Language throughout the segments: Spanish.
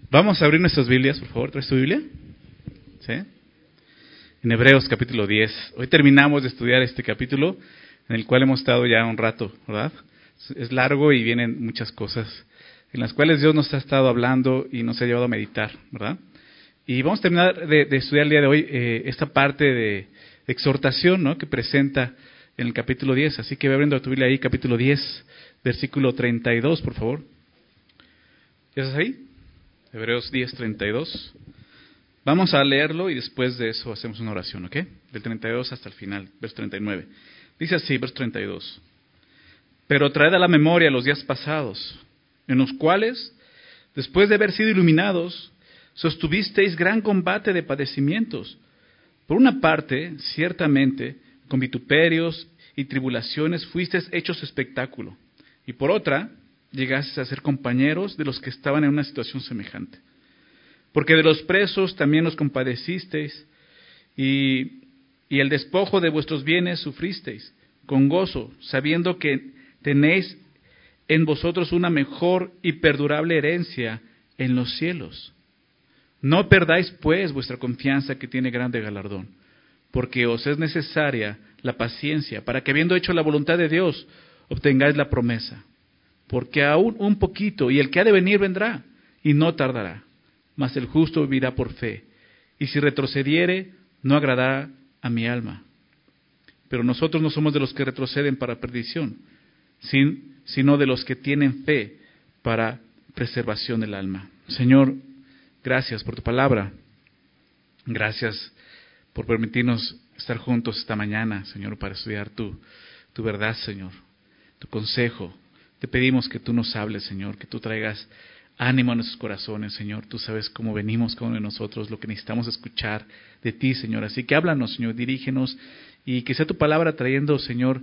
Vamos a abrir nuestras Biblias, por favor. ¿Traes tu Biblia? ¿Sí? En Hebreos capítulo 10. Hoy terminamos de estudiar este capítulo en el cual hemos estado ya un rato, ¿verdad? Es largo y vienen muchas cosas en las cuales Dios nos ha estado hablando y nos ha llevado a meditar, ¿verdad? Y vamos a terminar de estudiar el día de hoy esta parte de exhortación, ¿no?, que presenta en el capítulo 10. Así que ve abriendo tu Biblia ahí, capítulo 10, versículo 32, por favor. ¿Ya estás ahí? Hebreos 10, 32. Vamos a leerlo y después de eso hacemos una oración, ¿ok? Del 32 hasta el final, verso 39. Dice así, verso 32. Pero traed a la memoria los días pasados, en los cuales, después de haber sido iluminados, sostuvisteis gran combate de padecimientos. Por una parte, ciertamente, con vituperios y tribulaciones fuisteis hechos espectáculo, y por otra, llegasteis a ser compañeros de los que estaban en una situación semejante. Porque de los presos también os compadecisteis, y el despojo de vuestros bienes sufristeis, con gozo, sabiendo que tenéis en vosotros una mejor y perdurable herencia en los cielos. No perdáis, pues, vuestra confianza, que tiene grande galardón, porque os es necesaria la paciencia, para que, habiendo hecho la voluntad de Dios, obtengáis la promesa. Porque aún un poquito, y el que ha de venir vendrá, y no tardará. Mas el justo vivirá por fe, y si retrocediere, no agradará a mi alma. Pero nosotros no somos de los que retroceden para perdición, sino de los que tienen fe para preservación del alma. Señor, gracias por tu palabra. Gracias por permitirnos estar juntos esta mañana, Señor, para estudiar tu verdad, Señor, tu consejo. Te pedimos que tú nos hables, Señor, que tú traigas ánimo a nuestros corazones, Señor. Tú sabes cómo venimos cada uno de nosotros, lo que necesitamos escuchar de ti, Señor. Así que háblanos, Señor, dirígenos, y que sea tu palabra trayendo, Señor,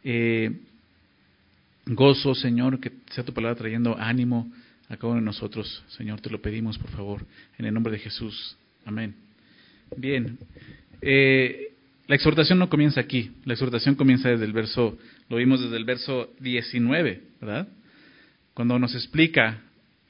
gozo, Señor, que sea tu palabra trayendo ánimo a cada uno de nosotros, Señor. Te lo pedimos, por favor, en el nombre de Jesús. Amén. Bien. La exhortación no comienza aquí, la exhortación comienza desde el verso, lo vimos desde el verso 19, ¿verdad? Cuando nos explica,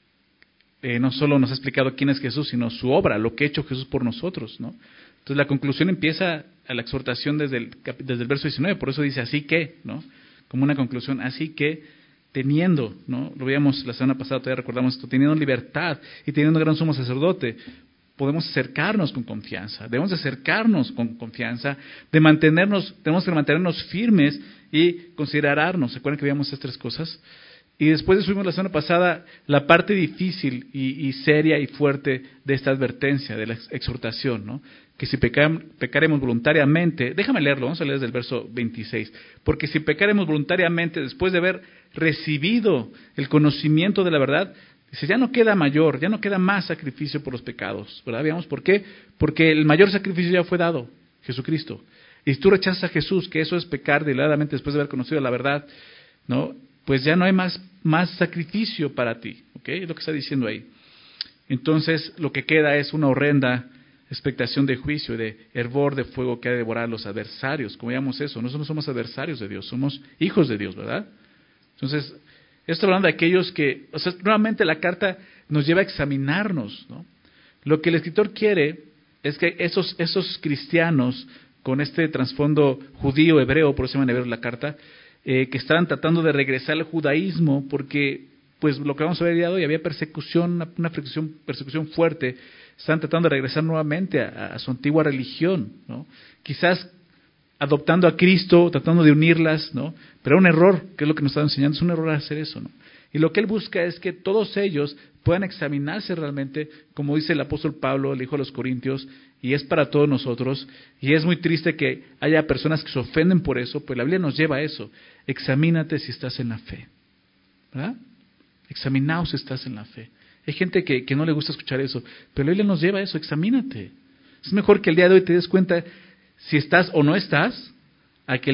no solo nos ha explicado quién es Jesús, sino su obra, lo que ha hecho Jesús por nosotros, ¿no? Entonces la conclusión empieza a la exhortación desde el verso 19, por eso dice así que, ¿no? Como una conclusión, así que teniendo, ¿no? Lo veíamos la semana pasada, todavía recordamos esto, teniendo libertad y teniendo gran sumo sacerdote, podemos acercarnos con confianza, debemos acercarnos con confianza, tenemos que mantenernos firmes y considerarnos. ¿Se acuerdan que veíamos estas tres cosas? Y después subimos la semana pasada la parte difícil y seria y fuerte de esta advertencia, de la exhortación, ¿no? Que si pecaremos voluntariamente, déjame leerlo, vamos a leer desde el verso 26, porque si pecaremos voluntariamente después de haber recibido el conocimiento de la verdad, dice, ya no queda más sacrificio por los pecados, ¿verdad? Veamos por qué. Porque el mayor sacrificio ya fue dado, Jesucristo. Y si tú rechazas a Jesús, que eso es pecar deliberadamente después de haber conocido la verdad, ¿no? Pues ya no hay más sacrificio para ti, ¿ok? Es lo que está diciendo ahí. Entonces, lo que queda es una horrenda expectación de juicio, de hervor de fuego que ha de devorar a los adversarios. Como llamamos eso, nosotros no somos adversarios de Dios, somos hijos de Dios, ¿verdad? Entonces, esto hablando de aquellos que, o sea, nuevamente la carta nos lleva a examinarnos, ¿no? Lo que el escritor quiere es que esos cristianos con este trasfondo judío, hebreo, por eso se llama hebreo la carta, que estaban tratando de regresar al judaísmo, porque, pues lo que vamos a ver el día de hoy, había persecución, una persecución fuerte, estaban tratando de regresar nuevamente a su antigua religión, ¿no? Quizás adoptando a Cristo, tratando de unirlas, ¿no? Pero era un error, que es lo que nos está enseñando, es un error hacer eso, ¿no? Y lo que él busca es que todos ellos puedan examinarse realmente, como dice el apóstol Pablo, le dijo a los Corintios, y es para todos nosotros, y es muy triste que haya personas que se ofenden por eso, pues la Biblia nos lleva a eso. Examínate si estás en la fe, ¿verdad? Examinaos si estás en la fe. Hay gente que no le gusta escuchar eso, pero la Biblia nos lleva a eso, examínate. Es mejor que el día de hoy te des cuenta si estás o no estás, a que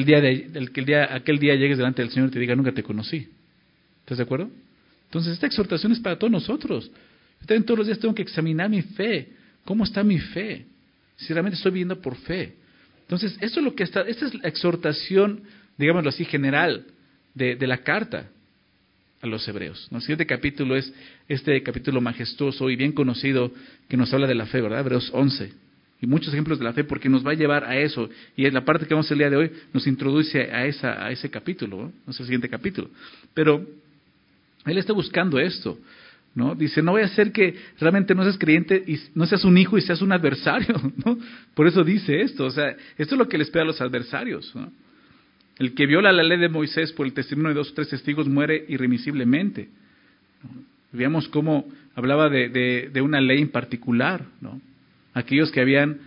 aquel día llegues delante del Señor y te diga, nunca te conocí. ¿Estás de acuerdo? Entonces, esta exhortación es para todos nosotros. Yo también todos los días tengo que examinar mi fe. ¿Cómo está mi fe? Si realmente estoy viviendo por fe. Entonces, esto es lo que esta es la exhortación, digámoslo así, general de la carta. a los hebreos, ¿no? El siguiente capítulo es este capítulo majestuoso y bien conocido que nos habla de la fe, ¿verdad? Hebreos 11. Y muchos ejemplos de la fe porque nos va a llevar a eso. Y en la parte que vamos a ver el día de hoy nos introduce a ese capítulo, ¿no? Es el siguiente capítulo. Pero él está buscando esto, ¿no? Dice, no voy a hacer que realmente no seas creyente y no seas un hijo y seas un adversario, ¿no? Por eso dice esto. O sea, esto es lo que le espera a los adversarios, ¿no? El que viola la ley de Moisés por el testimonio de 2 o 3 testigos muere irremisiblemente. Veamos cómo hablaba de una ley en particular, ¿no? Aquellos que habían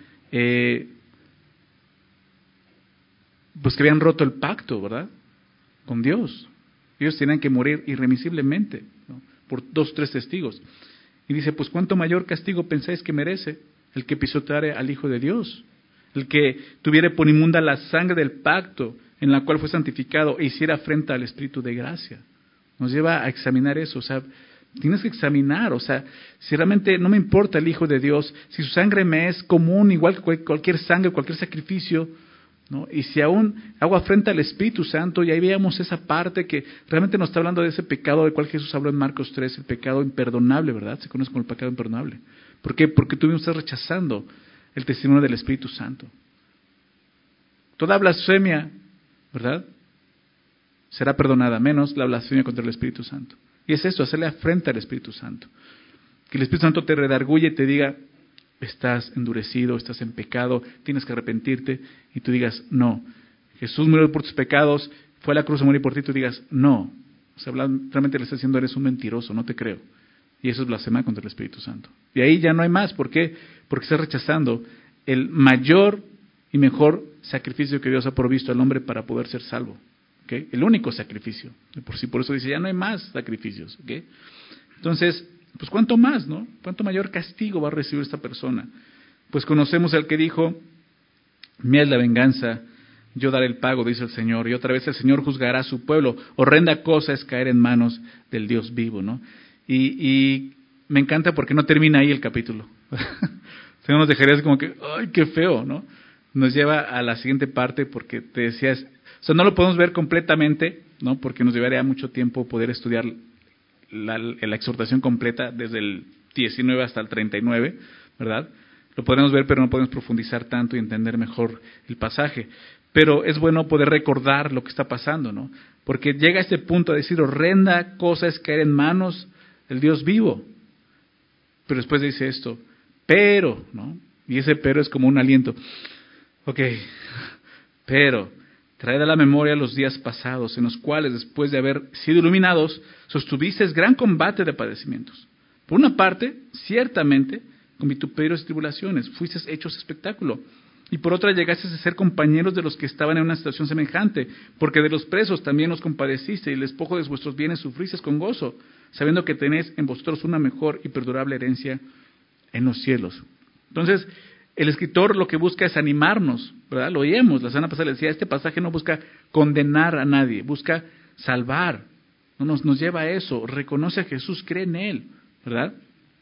pues que habían roto el pacto, ¿verdad? Con Dios. Ellos tenían que morir irremisiblemente, ¿no? Por 2 o 3 testigos. Y dice, pues ¿cuánto mayor castigo pensáis que merece el que pisoteare al Hijo de Dios? El que tuviere por inmunda la sangre del pacto en la cual fue santificado e hiciera afrenta al Espíritu de gracia. Nos lleva a examinar eso, o sea, tienes que examinar, o sea, si realmente no me importa el Hijo de Dios, si su sangre me es común, igual que cualquier sangre, cualquier sacrificio, ¿no? Y si aún hago afrenta al Espíritu Santo, y ahí veamos esa parte que realmente nos está hablando de ese pecado del cual Jesús habló en Marcos 3, el pecado imperdonable, ¿verdad? Se conoce como el pecado imperdonable. ¿Por qué? Porque tú mismo estás rechazando el testimonio del Espíritu Santo. Toda blasfemia, ¿verdad?, será perdonada, menos la blasfemia contra el Espíritu Santo. Y es esto, hacerle afrenta al Espíritu Santo. Que el Espíritu Santo te redarguye y te diga, estás endurecido, estás en pecado, tienes que arrepentirte, y tú digas, no, Jesús murió por tus pecados, fue a la cruz a morir por ti, y tú digas, no. O sea, realmente le estás diciendo, eres un mentiroso, no te creo. Y eso es blasfemia contra el Espíritu Santo. Y ahí ya no hay más. ¿Por qué? Porque estás rechazando el mayor y mejor sacrificio que Dios ha provisto al hombre para poder ser salvo. ¿Okay? El único sacrificio. Por eso dice, ya no hay más sacrificios. ¿Okay? Entonces, pues ¿cuánto más, no? ¿Cuánto mayor castigo va a recibir esta persona? Pues conocemos al que dijo, mía es la venganza, yo daré el pago, dice el Señor. Y otra vez el Señor juzgará a su pueblo. Horrenda cosa es caer en manos del Dios vivo, ¿no? Y me encanta porque no termina ahí el capítulo. Si no nos dejaría así como que, ¡ay, qué feo!, ¿no? Nos lleva a la siguiente parte porque te decías, o sea, no lo podemos ver completamente, ¿no? Porque nos llevaría mucho tiempo poder estudiar la exhortación completa desde el 19 hasta el 39, ¿verdad? Lo podemos ver, pero no podemos profundizar tanto y entender mejor el pasaje. Pero es bueno poder recordar lo que está pasando, ¿no? Porque llega a este punto a decir, horrenda cosa es caer en manos del Dios vivo. Pero después dice esto, pero, ¿no? Y ese pero es como un aliento. Ok, pero traed a la memoria los días pasados, en los cuales, después de haber sido iluminados, sostuvisteis gran combate de padecimientos. Por una parte, ciertamente, con vituperios y tribulaciones, fuisteis hechos espectáculo. Y por otra, llegasteis a ser compañeros de los que estaban en una situación semejante, porque de los presos también os compadecisteis, y el despojo de vuestros bienes sufristeis con gozo, sabiendo que tenéis en vosotros una mejor y perdurable herencia en los cielos. Entonces, el escritor lo que busca es animarnos, ¿verdad? Lo oíamos, la semana pasada le decía, este pasaje no busca condenar a nadie, busca salvar, no nos lleva a eso, reconoce a Jesús, cree en Él, ¿verdad?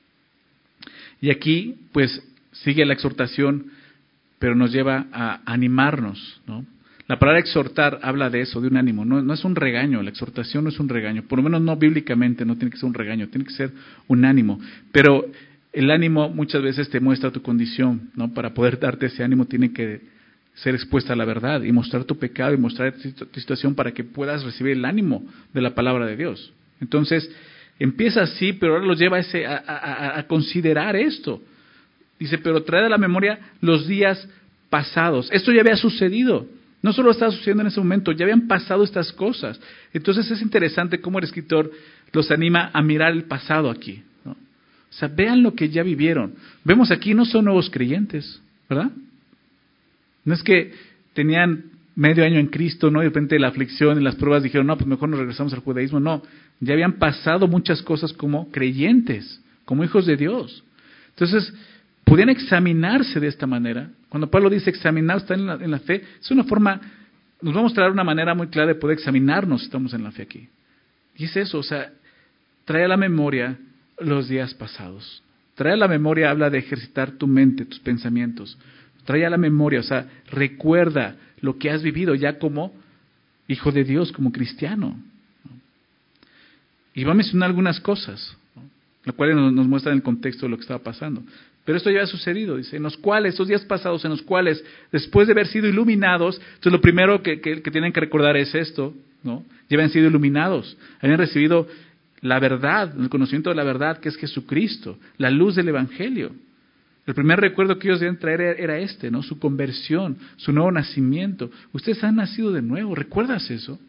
Y aquí, pues, sigue la exhortación, pero nos lleva a animarnos, ¿no? La palabra exhortar habla de eso, de un ánimo, no es un regaño, la exhortación no es un regaño, por lo menos no bíblicamente, no tiene que ser un regaño, tiene que ser un ánimo, pero el ánimo muchas veces te muestra tu condición, ¿no? Para poder darte ese ánimo tiene que ser expuesta a la verdad y mostrar tu pecado y mostrar tu situación para que puedas recibir el ánimo de la palabra de Dios. Entonces, empieza así, pero ahora los lleva a considerar esto. Dice, pero trae a la memoria los días pasados. Esto ya había sucedido. No solo estaba sucediendo en ese momento, ya habían pasado estas cosas. Entonces es interesante cómo el escritor los anima a mirar el pasado aquí, ¿no? O sea, vean lo que ya vivieron. Vemos aquí, no son nuevos creyentes, ¿verdad? No es que tenían medio año en Cristo, ¿no? Y de repente la aflicción y las pruebas dijeron, no, pues mejor nos regresamos al judaísmo. No, ya habían pasado muchas cosas como creyentes, como hijos de Dios. Entonces, podían examinarse de esta manera. Cuando Pablo dice examinar, está en la fe, es una forma, nos va a mostrar una manera muy clara de poder examinarnos si estamos en la fe aquí. Y es eso, o sea, trae a la memoria los días pasados. Trae a la memoria, habla de ejercitar tu mente, tus pensamientos. Trae a la memoria, o sea, recuerda lo que has vivido ya como hijo de Dios, como cristiano. Y va a mencionar algunas cosas, ¿no? Lo cual nos muestra el contexto de lo que estaba pasando. Pero esto ya ha sucedido, dice, en los cuales, esos días pasados, en los cuales, después de haber sido iluminados, entonces lo primero que tienen que recordar es esto, ¿no? Ya habían sido iluminados, habían recibido la verdad, el conocimiento de la verdad, que es Jesucristo, la luz del Evangelio. El primer recuerdo que ellos deben traer era este, ¿no? Su conversión, su nuevo nacimiento. Ustedes han nacido de nuevo, ¿recuerdas eso?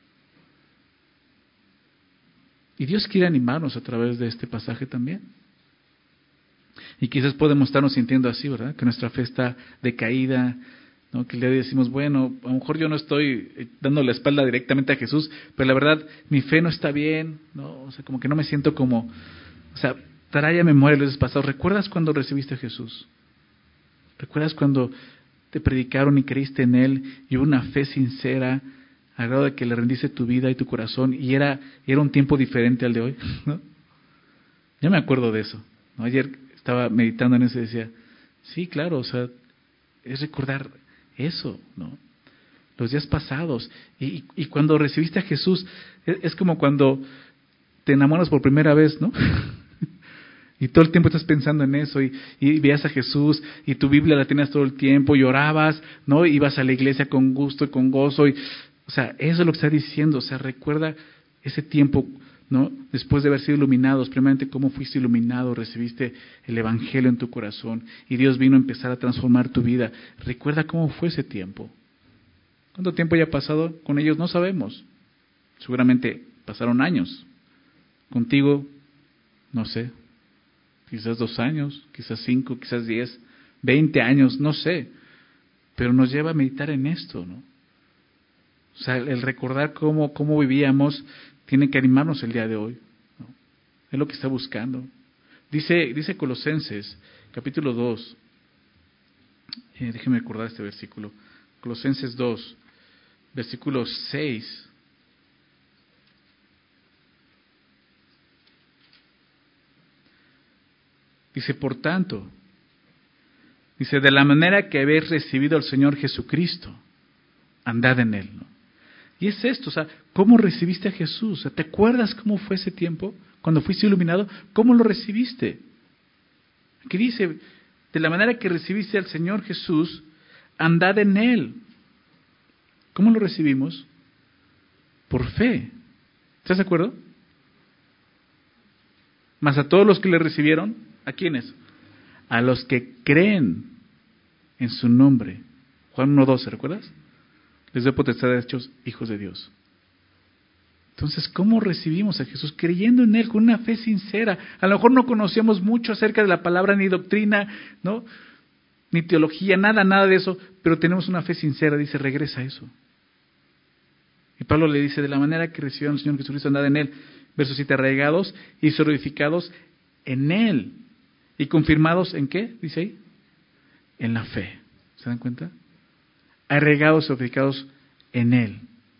Y Dios quiere animarnos a través de este pasaje también. Y quizás podemos estarnos sintiendo así, ¿verdad? Que nuestra fe está decaída, ¿no? Que el día de hoy decimos, bueno, a lo mejor yo no estoy dando la espalda directamente a Jesús, pero la verdad, mi fe no está bien, ¿no? O sea, como que no me siento como, o sea, trae a memoria los días pasados. ¿Recuerdas cuando recibiste a Jesús? ¿Recuerdas cuando te predicaron y creíste en Él y hubo una fe sincera, al grado de que le rendiste tu vida y tu corazón y era un tiempo diferente al de hoy, ¿no? Yo me acuerdo de eso, ¿no? Ayer estaba meditando en eso y decía, sí, claro, o sea, es recordar eso, ¿no? Los días pasados. Y cuando recibiste a Jesús, es como cuando te enamoras por primera vez, ¿no? Y todo el tiempo estás pensando en eso y veías a Jesús y tu Biblia la tenías todo el tiempo y orabas, ¿no? Ibas a la iglesia con gusto y con gozo. O sea, eso es lo que está diciendo. O sea, recuerda ese tiempo, ¿no? Después de haber sido iluminados, primeramente cómo fuiste iluminado, recibiste el Evangelio en tu corazón y Dios vino a empezar a transformar tu vida. Recuerda cómo fue ese tiempo. ¿Cuánto tiempo ya ha pasado con ellos? No sabemos. Seguramente pasaron años. Contigo, no sé, quizás 2 años, quizás 5, quizás 10, 20 años, no sé. Pero nos lleva a meditar en esto, ¿no? O sea, el recordar cómo vivíamos tiene que animarnos el día de hoy, ¿no? Es lo que está buscando. Dice Colosenses, capítulo 2. Déjeme recordar este versículo. Colosenses 2, versículo 6. Dice, por tanto, dice, de la manera que habéis recibido al Señor Jesucristo, andad en Él, ¿no? Y es esto, o sea, ¿cómo recibiste a Jesús? O sea, ¿te acuerdas cómo fue ese tiempo? Cuando fuiste iluminado, ¿cómo lo recibiste? Aquí dice, de la manera que recibiste al Señor Jesús, andad en Él. ¿Cómo lo recibimos? Por fe. ¿Estás de acuerdo? Mas a todos los que le recibieron, ¿a quiénes? A los que creen en su nombre. Juan 1:12, ¿recuerdas? Les doy potestad de hechos hijos de Dios. Entonces, ¿cómo recibimos a Jesús? Creyendo en Él con una fe sincera. A lo mejor no conocíamos mucho acerca de la palabra, ni doctrina, ¿no? Ni teología, nada de eso, pero tenemos una fe sincera. Dice, regresa a eso. Y Pablo le dice, de la manera que recibieron al Señor Jesucristo, andad en Él. Verso 7, arraigados y solidificados en Él. ¿Y confirmados en qué? Dice ahí. En la fe. ¿Se dan cuenta? Arraigados y solidificados en Él.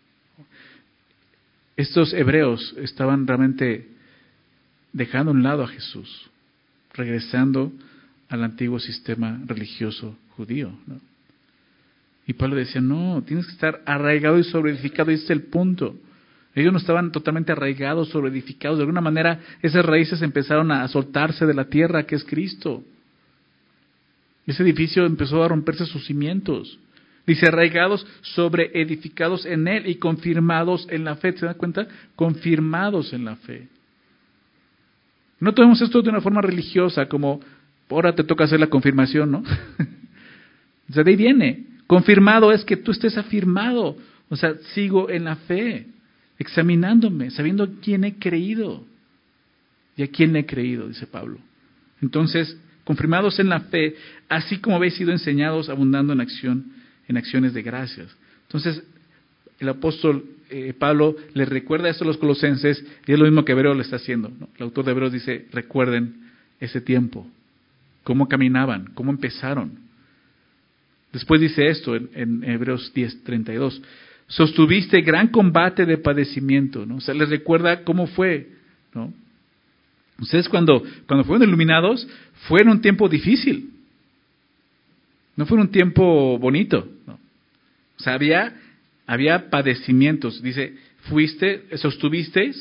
Estos hebreos estaban realmente dejando a un lado a Jesús, regresando al antiguo sistema religioso judío, ¿no? Y Pablo decía, no, tienes que estar arraigado y solidificado, y ese es el punto. Ellos no estaban totalmente arraigados, solidificados. De alguna manera, esas raíces empezaron a soltarse de la tierra, que es Cristo. Ese edificio empezó a romperse sus cimientos. Dice, arraigados, sobreedificados en Él y confirmados en la fe. ¿Se dan cuenta? Confirmados en la fe. No tomemos esto de una forma religiosa, como ahora te toca hacer la confirmación, ¿no? O sea, de ahí viene. Confirmado es que tú estés afirmado. O sea, sigo en la fe, examinándome, sabiendo quién he creído y a quién he creído, dice Pablo. Entonces, confirmados en la fe, así como habéis sido enseñados, abundando en acciones de gracias. Entonces, el apóstol Pablo les recuerda esto a los colosenses y es lo mismo que Hebreo le está haciendo, ¿no? El autor de Hebreos dice, recuerden ese tiempo, cómo caminaban, cómo empezaron. Después dice esto en Hebreos 10:32, sostuviste gran combate de padecimiento, ¿no? O sea, les recuerda cómo fue, ¿no? Ustedes cuando fueron iluminados, fue en un tiempo difícil. No fue un tiempo bonito, ¿no? O sea, había padecimientos. Dice, sostuvisteis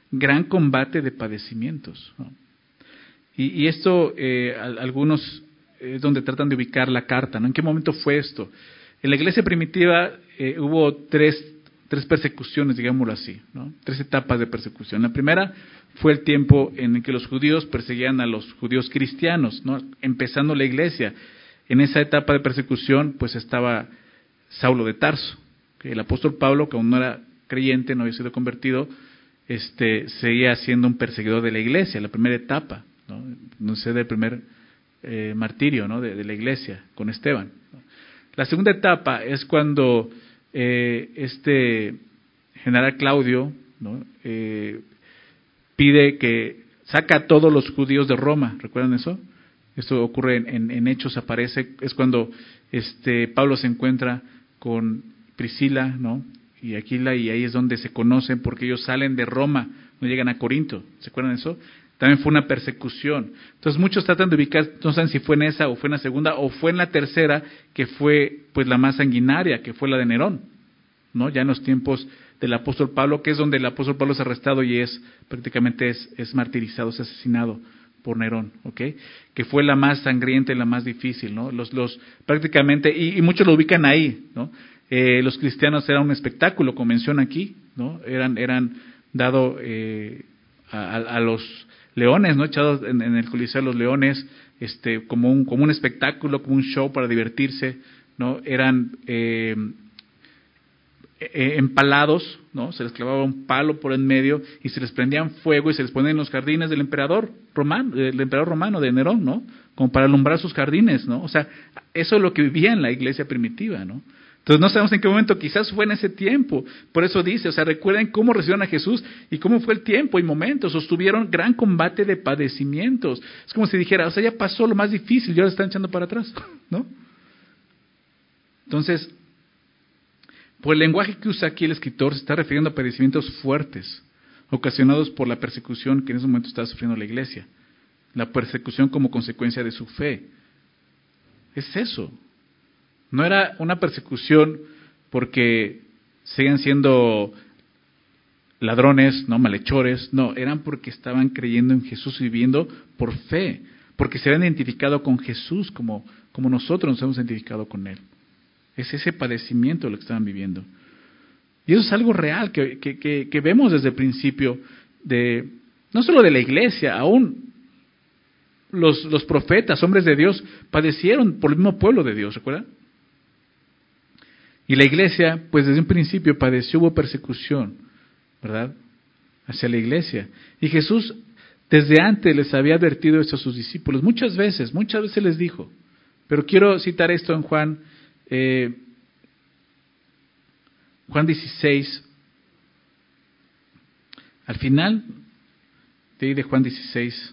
gran combate de padecimientos, ¿no? Y esto, algunos es donde tratan de ubicar la carta, ¿no? ¿En qué momento fue esto? En la iglesia primitiva hubo tres persecuciones, digámoslo así, ¿no? 3 etapas de persecución. La primera fue el tiempo en el que los judíos perseguían a los judíos cristianos, ¿no? Empezando la iglesia. En esa etapa de persecución, pues estaba Saulo de Tarso, que el apóstol Pablo, que aún no era creyente, no había sido convertido, seguía siendo un perseguidor de la iglesia, la primera etapa, ¿no? No sé, del primer martirio, ¿no? de la iglesia con Esteban, ¿no? La segunda etapa es cuando general Claudio, ¿no? Pide que saca a todos los judíos de Roma. ¿Recuerdan eso? Esto ocurre en Hechos, aparece, es cuando Pablo se encuentra con Priscila, ¿no? Y Aquila, y ahí es donde se conocen, porque ellos salen de Roma, no llegan a Corinto. ¿Se acuerdan de eso? También fue una persecución. Entonces muchos tratan de ubicar, no saben si fue en esa, o fue en la segunda, o fue en la tercera, que fue pues la más sanguinaria, que fue la de Nerón, ¿no? Ya en los tiempos del apóstol Pablo, que es donde el apóstol Pablo es arrestado y prácticamente es martirizado, es asesinado por Nerón, ¿ok? Que fue la más sangrienta y la más difícil, ¿no? Prácticamente, y muchos lo ubican ahí, ¿no? Los cristianos eran un espectáculo, como menciona aquí, ¿no? Eran dado a los leones, ¿no? Echados en el Coliseo de los leones, como un espectáculo, como un show para divertirse, ¿no? Eran empalados, ¿no? Se les clavaba un palo por en medio y se les prendían fuego y se les ponían en los jardines del emperador romano de Nerón, ¿no? Como para alumbrar sus jardines, ¿no? O sea, eso es lo que vivía en la iglesia primitiva, ¿no? Entonces no sabemos en qué momento, quizás fue en ese tiempo. Por eso dice, o sea, recuerden cómo recibieron a Jesús y cómo fue el tiempo y momentos. Sostuvieron gran combate de padecimientos. Es como si dijera, o sea, ya pasó lo más difícil y ahora están echando para atrás, ¿no? Entonces, por el lenguaje que usa aquí el escritor, se está refiriendo a padecimientos fuertes, ocasionados por la persecución que en ese momento estaba sufriendo la iglesia. La persecución como consecuencia de su fe. Es eso. No era una persecución porque sigan siendo ladrones, no malhechores, no, eran porque estaban creyendo en Jesús y viviendo por fe, porque se habían identificado con Jesús como nosotros nos hemos identificado con Él. Es ese padecimiento lo que estaban viviendo. Y eso es algo real que vemos desde el principio, no solo de la iglesia, aún los profetas, hombres de Dios, padecieron por el mismo pueblo de Dios, ¿recuerdan? Y la iglesia, pues desde un principio padeció, hubo persecución, ¿verdad? Hacia la iglesia. Y Jesús desde antes les había advertido esto a sus discípulos, muchas veces les dijo. Pero quiero citar esto en Juan 16. Al final de Juan 16,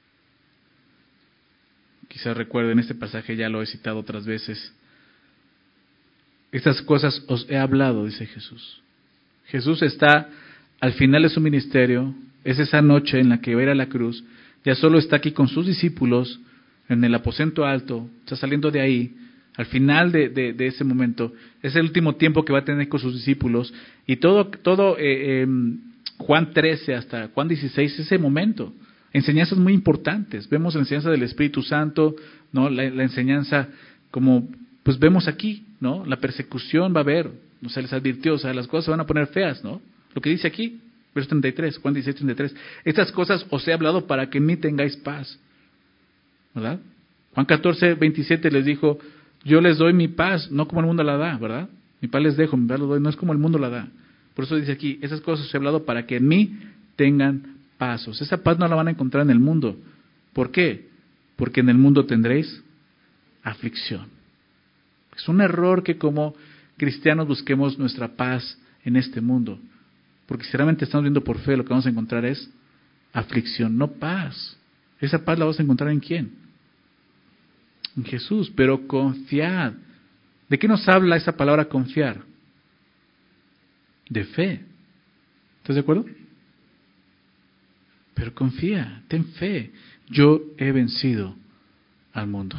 quizás recuerden este pasaje, ya lo he citado otras veces. Estas cosas os he hablado, dice Jesús. Jesús está al final de su ministerio, es esa noche en la que va a ir a la cruz, ya solo está aquí con sus discípulos en el aposento alto, está saliendo de ahí, al final de ese momento, es el último tiempo que va a tener con sus discípulos, y todo Juan 13 hasta Juan 16, ese momento, enseñanzas muy importantes, vemos la enseñanza del Espíritu Santo, ¿no? La enseñanza como pues vemos aquí, ¿no? La persecución va a haber, o sea, les advirtió, o sea, las cosas se van a poner feas, ¿no? Lo que dice aquí, verso 33, Juan 16, 33, estas cosas os he hablado para que en mí tengáis paz, ¿verdad? Juan 14, 27 les dijo, yo les doy mi paz, no como el mundo la da, ¿verdad? Mi paz les dejo, mi paz les doy, no es como el mundo la da. Por eso dice aquí, esas cosas os he hablado para que en mí tengan paz. Esa paz no la van a encontrar en el mundo. ¿Por qué? Porque en el mundo tendréis aflicción. Es un error que como cristianos busquemos nuestra paz en este mundo, porque si realmente estamos viendo por fe, lo que vamos a encontrar es aflicción, no paz. Esa paz la vas a encontrar ¿en quién? En Jesús, pero confiad. ¿De qué nos habla esa palabra confiar? De fe. ¿Estás de acuerdo? Pero confía, ten fe. Yo he vencido al mundo.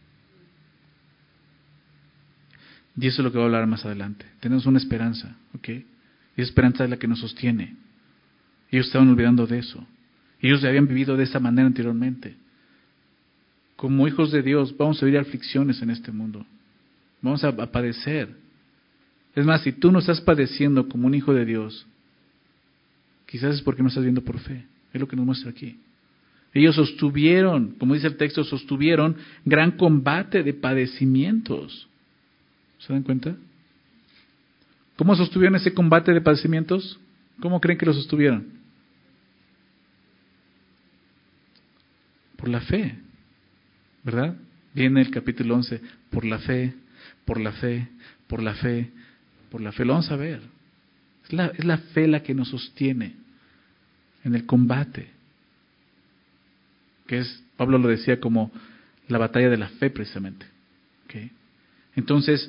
Y eso es lo que voy a hablar más adelante. Tenemos una esperanza, ¿ok? Y esa esperanza es la que nos sostiene. Ellos estaban olvidando de eso. Ellos ya habían vivido de esa manera anteriormente. Como hijos de Dios vamos a vivir aflicciones en este mundo. Vamos a padecer. Es más, si tú no estás padeciendo como un hijo de Dios, quizás es porque no estás viendo por fe. Es lo que nos muestra aquí. Ellos sostuvieron, como dice el texto, sostuvieron gran combate de padecimientos. ¿Se dan cuenta? ¿Cómo sostuvieron ese combate de padecimientos? ¿Cómo creen que lo sostuvieron? Por la fe, ¿verdad? Viene el capítulo 11, por la fe, por la fe, por la fe, por la fe. Lo vamos a ver. Es la fe la que nos sostiene en el combate. Que es, Pablo lo decía como la batalla de la fe precisamente. ¿Okay? Entonces,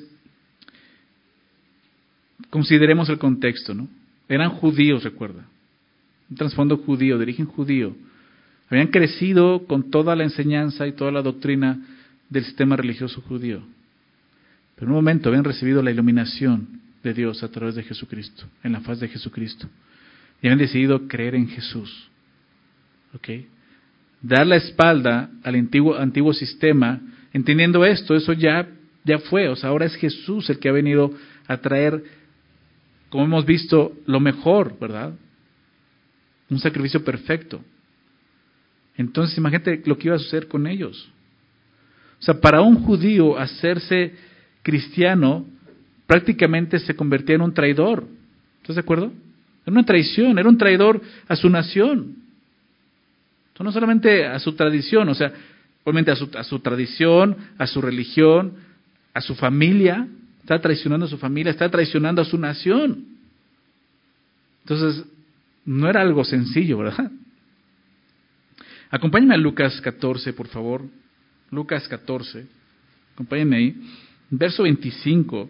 consideremos el contexto, ¿no? Eran judíos, recuerda. Un trasfondo judío, de origen judío. Habían crecido con toda la enseñanza y toda la doctrina del sistema religioso judío. Pero en un momento habían recibido la iluminación de Dios a través de Jesucristo, en la faz de Jesucristo. Y habían decidido creer en Jesús. ¿Ok? Dar la espalda al antiguo sistema, entendiendo esto, eso ya fue. O sea, ahora es Jesús el que ha venido a traer, como hemos visto, lo mejor, ¿verdad? Un sacrificio perfecto. Entonces, imagínate lo que iba a suceder con ellos. O sea, para un judío hacerse cristiano, prácticamente se convertía en un traidor. ¿Estás de acuerdo? Era una traición, era un traidor a su nación. No solamente a su tradición, o sea, obviamente a su tradición, a su religión, a su familia. Está traicionando a su familia, está traicionando a su nación. Entonces, no era algo sencillo, ¿verdad? Acompáñenme a Lucas 14, por favor. Lucas 14. Acompáñenme ahí. Verso 25.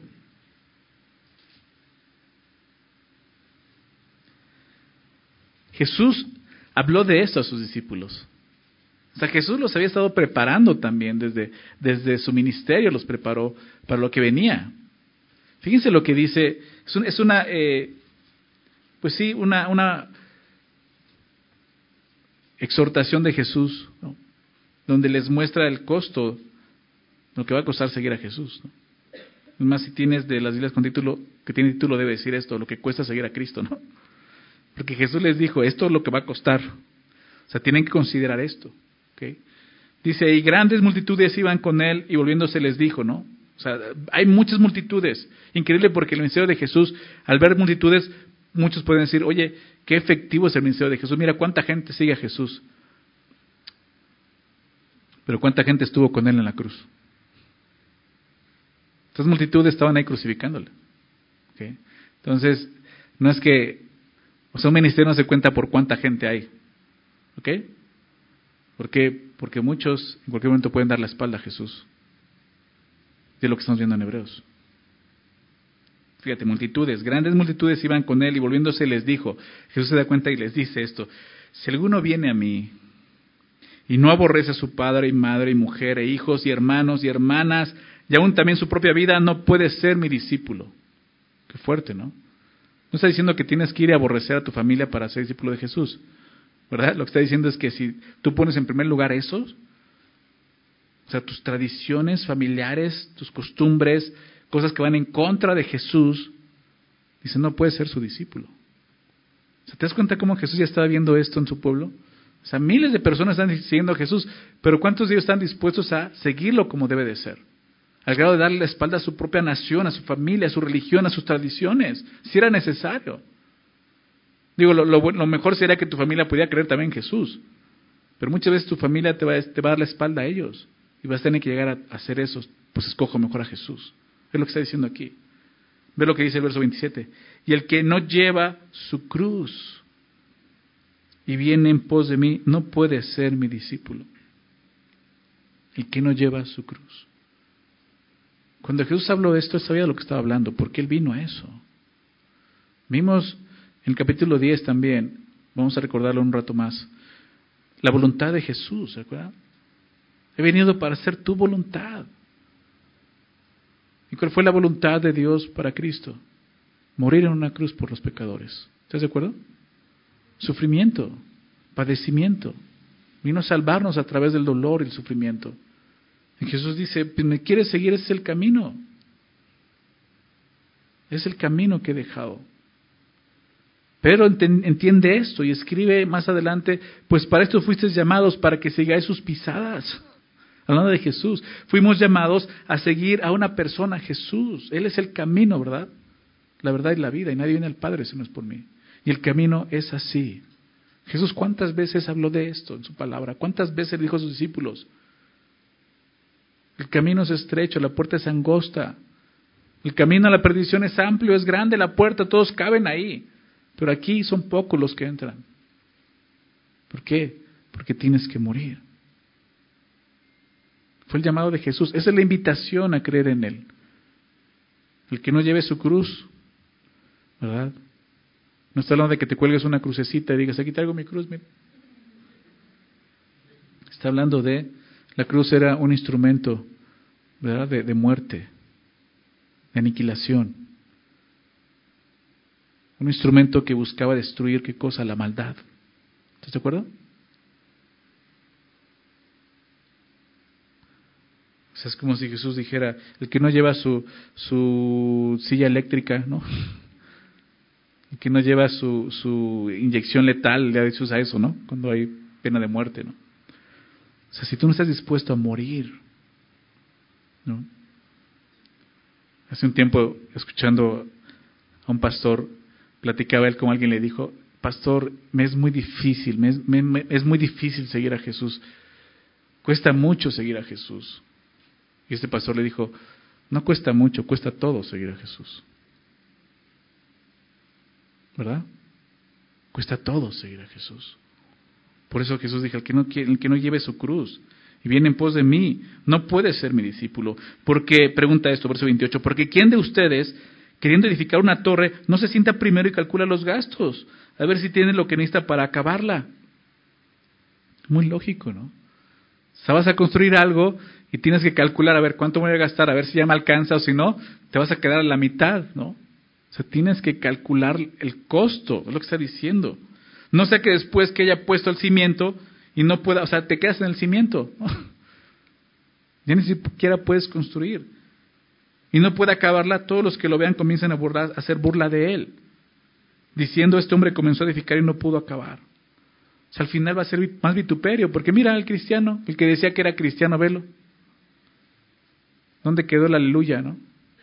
Jesús habló de esto a sus discípulos. O sea, Jesús los había estado preparando también desde su ministerio, los preparó para lo que venía. Fíjense lo que dice, es una exhortación de Jesús, ¿no? Donde les muestra el costo, lo que va a costar seguir a Jesús, ¿no? Es más, si tienes de las Biblias con título, que tiene título debe decir esto, lo que cuesta seguir a Cristo, ¿no? Porque Jesús les dijo, esto es lo que va a costar. O sea, tienen que considerar esto. ¿Okay? Dice, y grandes multitudes iban con él y volviéndose les dijo, ¿no? O sea, hay muchas multitudes. Increíble porque el ministerio de Jesús, al ver multitudes, muchos pueden decir, oye, qué efectivo es el ministerio de Jesús. Mira cuánta gente sigue a Jesús. Pero cuánta gente estuvo con él en la cruz. Estas multitudes estaban ahí crucificándole. ¿Okay? Entonces, no es que, o sea, un ministerio no se cuenta por cuánta gente hay. ¿Ok? ¿Por qué? Porque muchos en cualquier momento pueden dar la espalda a Jesús. De lo que estamos viendo en Hebreos. Fíjate, multitudes, grandes multitudes iban con él y volviéndose les dijo, Jesús se da cuenta y les dice esto, si alguno viene a mí y no aborrece a su padre y madre y mujer e hijos y hermanos y hermanas y aún también su propia vida, no puede ser mi discípulo. Qué fuerte, ¿no? No está diciendo que tienes que ir a aborrecer a tu familia para ser discípulo de Jesús, ¿verdad? Lo que está diciendo es que si tú pones en primer lugar eso, o sea, tus tradiciones familiares, tus costumbres, cosas que van en contra de Jesús, dice, no puedes ser su discípulo. O sea, ¿te das cuenta cómo Jesús ya estaba viendo esto en su pueblo? O sea, miles de personas están siguiendo a Jesús, pero ¿cuántos de ellos están dispuestos a seguirlo como debe de ser? Al grado de darle la espalda a su propia nación, a su familia, a su religión, a sus tradiciones, si era necesario. Digo, lo mejor sería que tu familia pudiera creer también en Jesús, pero muchas veces tu familia te va a dar la espalda a ellos y vas a tener que llegar a hacer eso, pues escojo mejor a Jesús. Es lo que está diciendo aquí. Ve lo que dice el verso 27. Y el que no lleva su cruz y viene en pos de mí, no puede ser mi discípulo. El que no lleva su cruz. Cuando Jesús habló de esto, él sabía de lo que estaba hablando, porque él vino a eso. Vimos en el capítulo 10 también, vamos a recordarlo un rato más, la voluntad de Jesús, ¿se acuerdan? He venido para hacer tu voluntad. ¿Y cuál fue la voluntad de Dios para Cristo? Morir en una cruz por los pecadores. ¿Estás de acuerdo? sufrimiento, padecimiento. Vino a salvarnos a través del dolor y el sufrimiento. Y Jesús dice, pues me quieres seguir, ese es el camino. Es el camino que he dejado. Pero entiende esto y escribe más adelante, pues para esto fuisteis llamados, para que sigáis sus pisadas. Hablando de Jesús, fuimos llamados a seguir a una persona, Jesús. Él es el camino, ¿verdad? La verdad y la vida, y nadie viene al Padre si no es por mí. Y el camino es así. Jesús, ¿cuántas veces habló de esto en su palabra? ¿Cuántas veces dijo a sus discípulos? El camino es estrecho, la puerta es angosta. El camino a la perdición es amplio, es grande la puerta, todos caben ahí. Pero aquí son pocos los que entran. ¿Por qué? Porque tienes que morir. Fue el llamado de Jesús. Esa es la invitación a creer en Él. El que no lleve su cruz, ¿verdad? No está hablando de que te cuelgues una crucecita y digas, aquí traigo mi cruz, mira. Está hablando de, la cruz era un instrumento, ¿verdad? De muerte, de aniquilación. Un instrumento que buscaba destruir, ¿qué cosa? La maldad. ¿Estás de acuerdo? O sea, es como si Jesús dijera, el que no lleva su silla eléctrica, ¿no? El que no lleva su inyección letal, le Jesús a eso, ¿no? Cuando hay pena de muerte, ¿no? O sea, si tú no estás dispuesto a morir, ¿no? Hace un tiempo, escuchando a un pastor, platicaba él como alguien le dijo, pastor, me es muy difícil, es muy difícil seguir a Jesús. Cuesta mucho seguir a Jesús. Y este pastor le dijo, no cuesta mucho, cuesta todo seguir a Jesús. ¿Verdad? Cuesta todo seguir a Jesús. Por eso Jesús dijo, el que no lleve su cruz y viene en pos de mí, no puede ser mi discípulo. Porque, pregunta esto, verso 28, porque ¿quién de ustedes, queriendo edificar una torre, no se sienta primero y calcula los gastos? A ver si tiene lo que necesita para acabarla. Muy lógico, ¿no? O sea, vas a construir algo y tienes que calcular, a ver cuánto voy a gastar, a ver si ya me alcanza o si no, te vas a quedar a la mitad, ¿no? O sea, tienes que calcular el costo, es lo que está diciendo. No sea que después que haya puesto el cimiento y no pueda, o sea, te quedas en el cimiento, ¿no? Ya ni siquiera puedes construir. Y no puede acabarla, todos los que lo vean comienzan a hacer burla de él, diciendo, este hombre comenzó a edificar y no pudo acabar. O sea, al final va a ser más vituperio, porque mira al cristiano, el que decía que era cristiano, velo. ¿Dónde quedó el aleluya, no?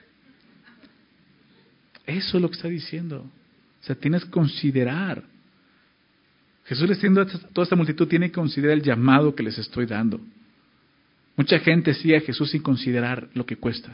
Eso es lo que está diciendo. O sea, tienes que considerar. Jesús le está diciendo a toda esta multitud, tiene que considerar el llamado que les estoy dando. Mucha gente sigue a Jesús sin considerar lo que cuesta.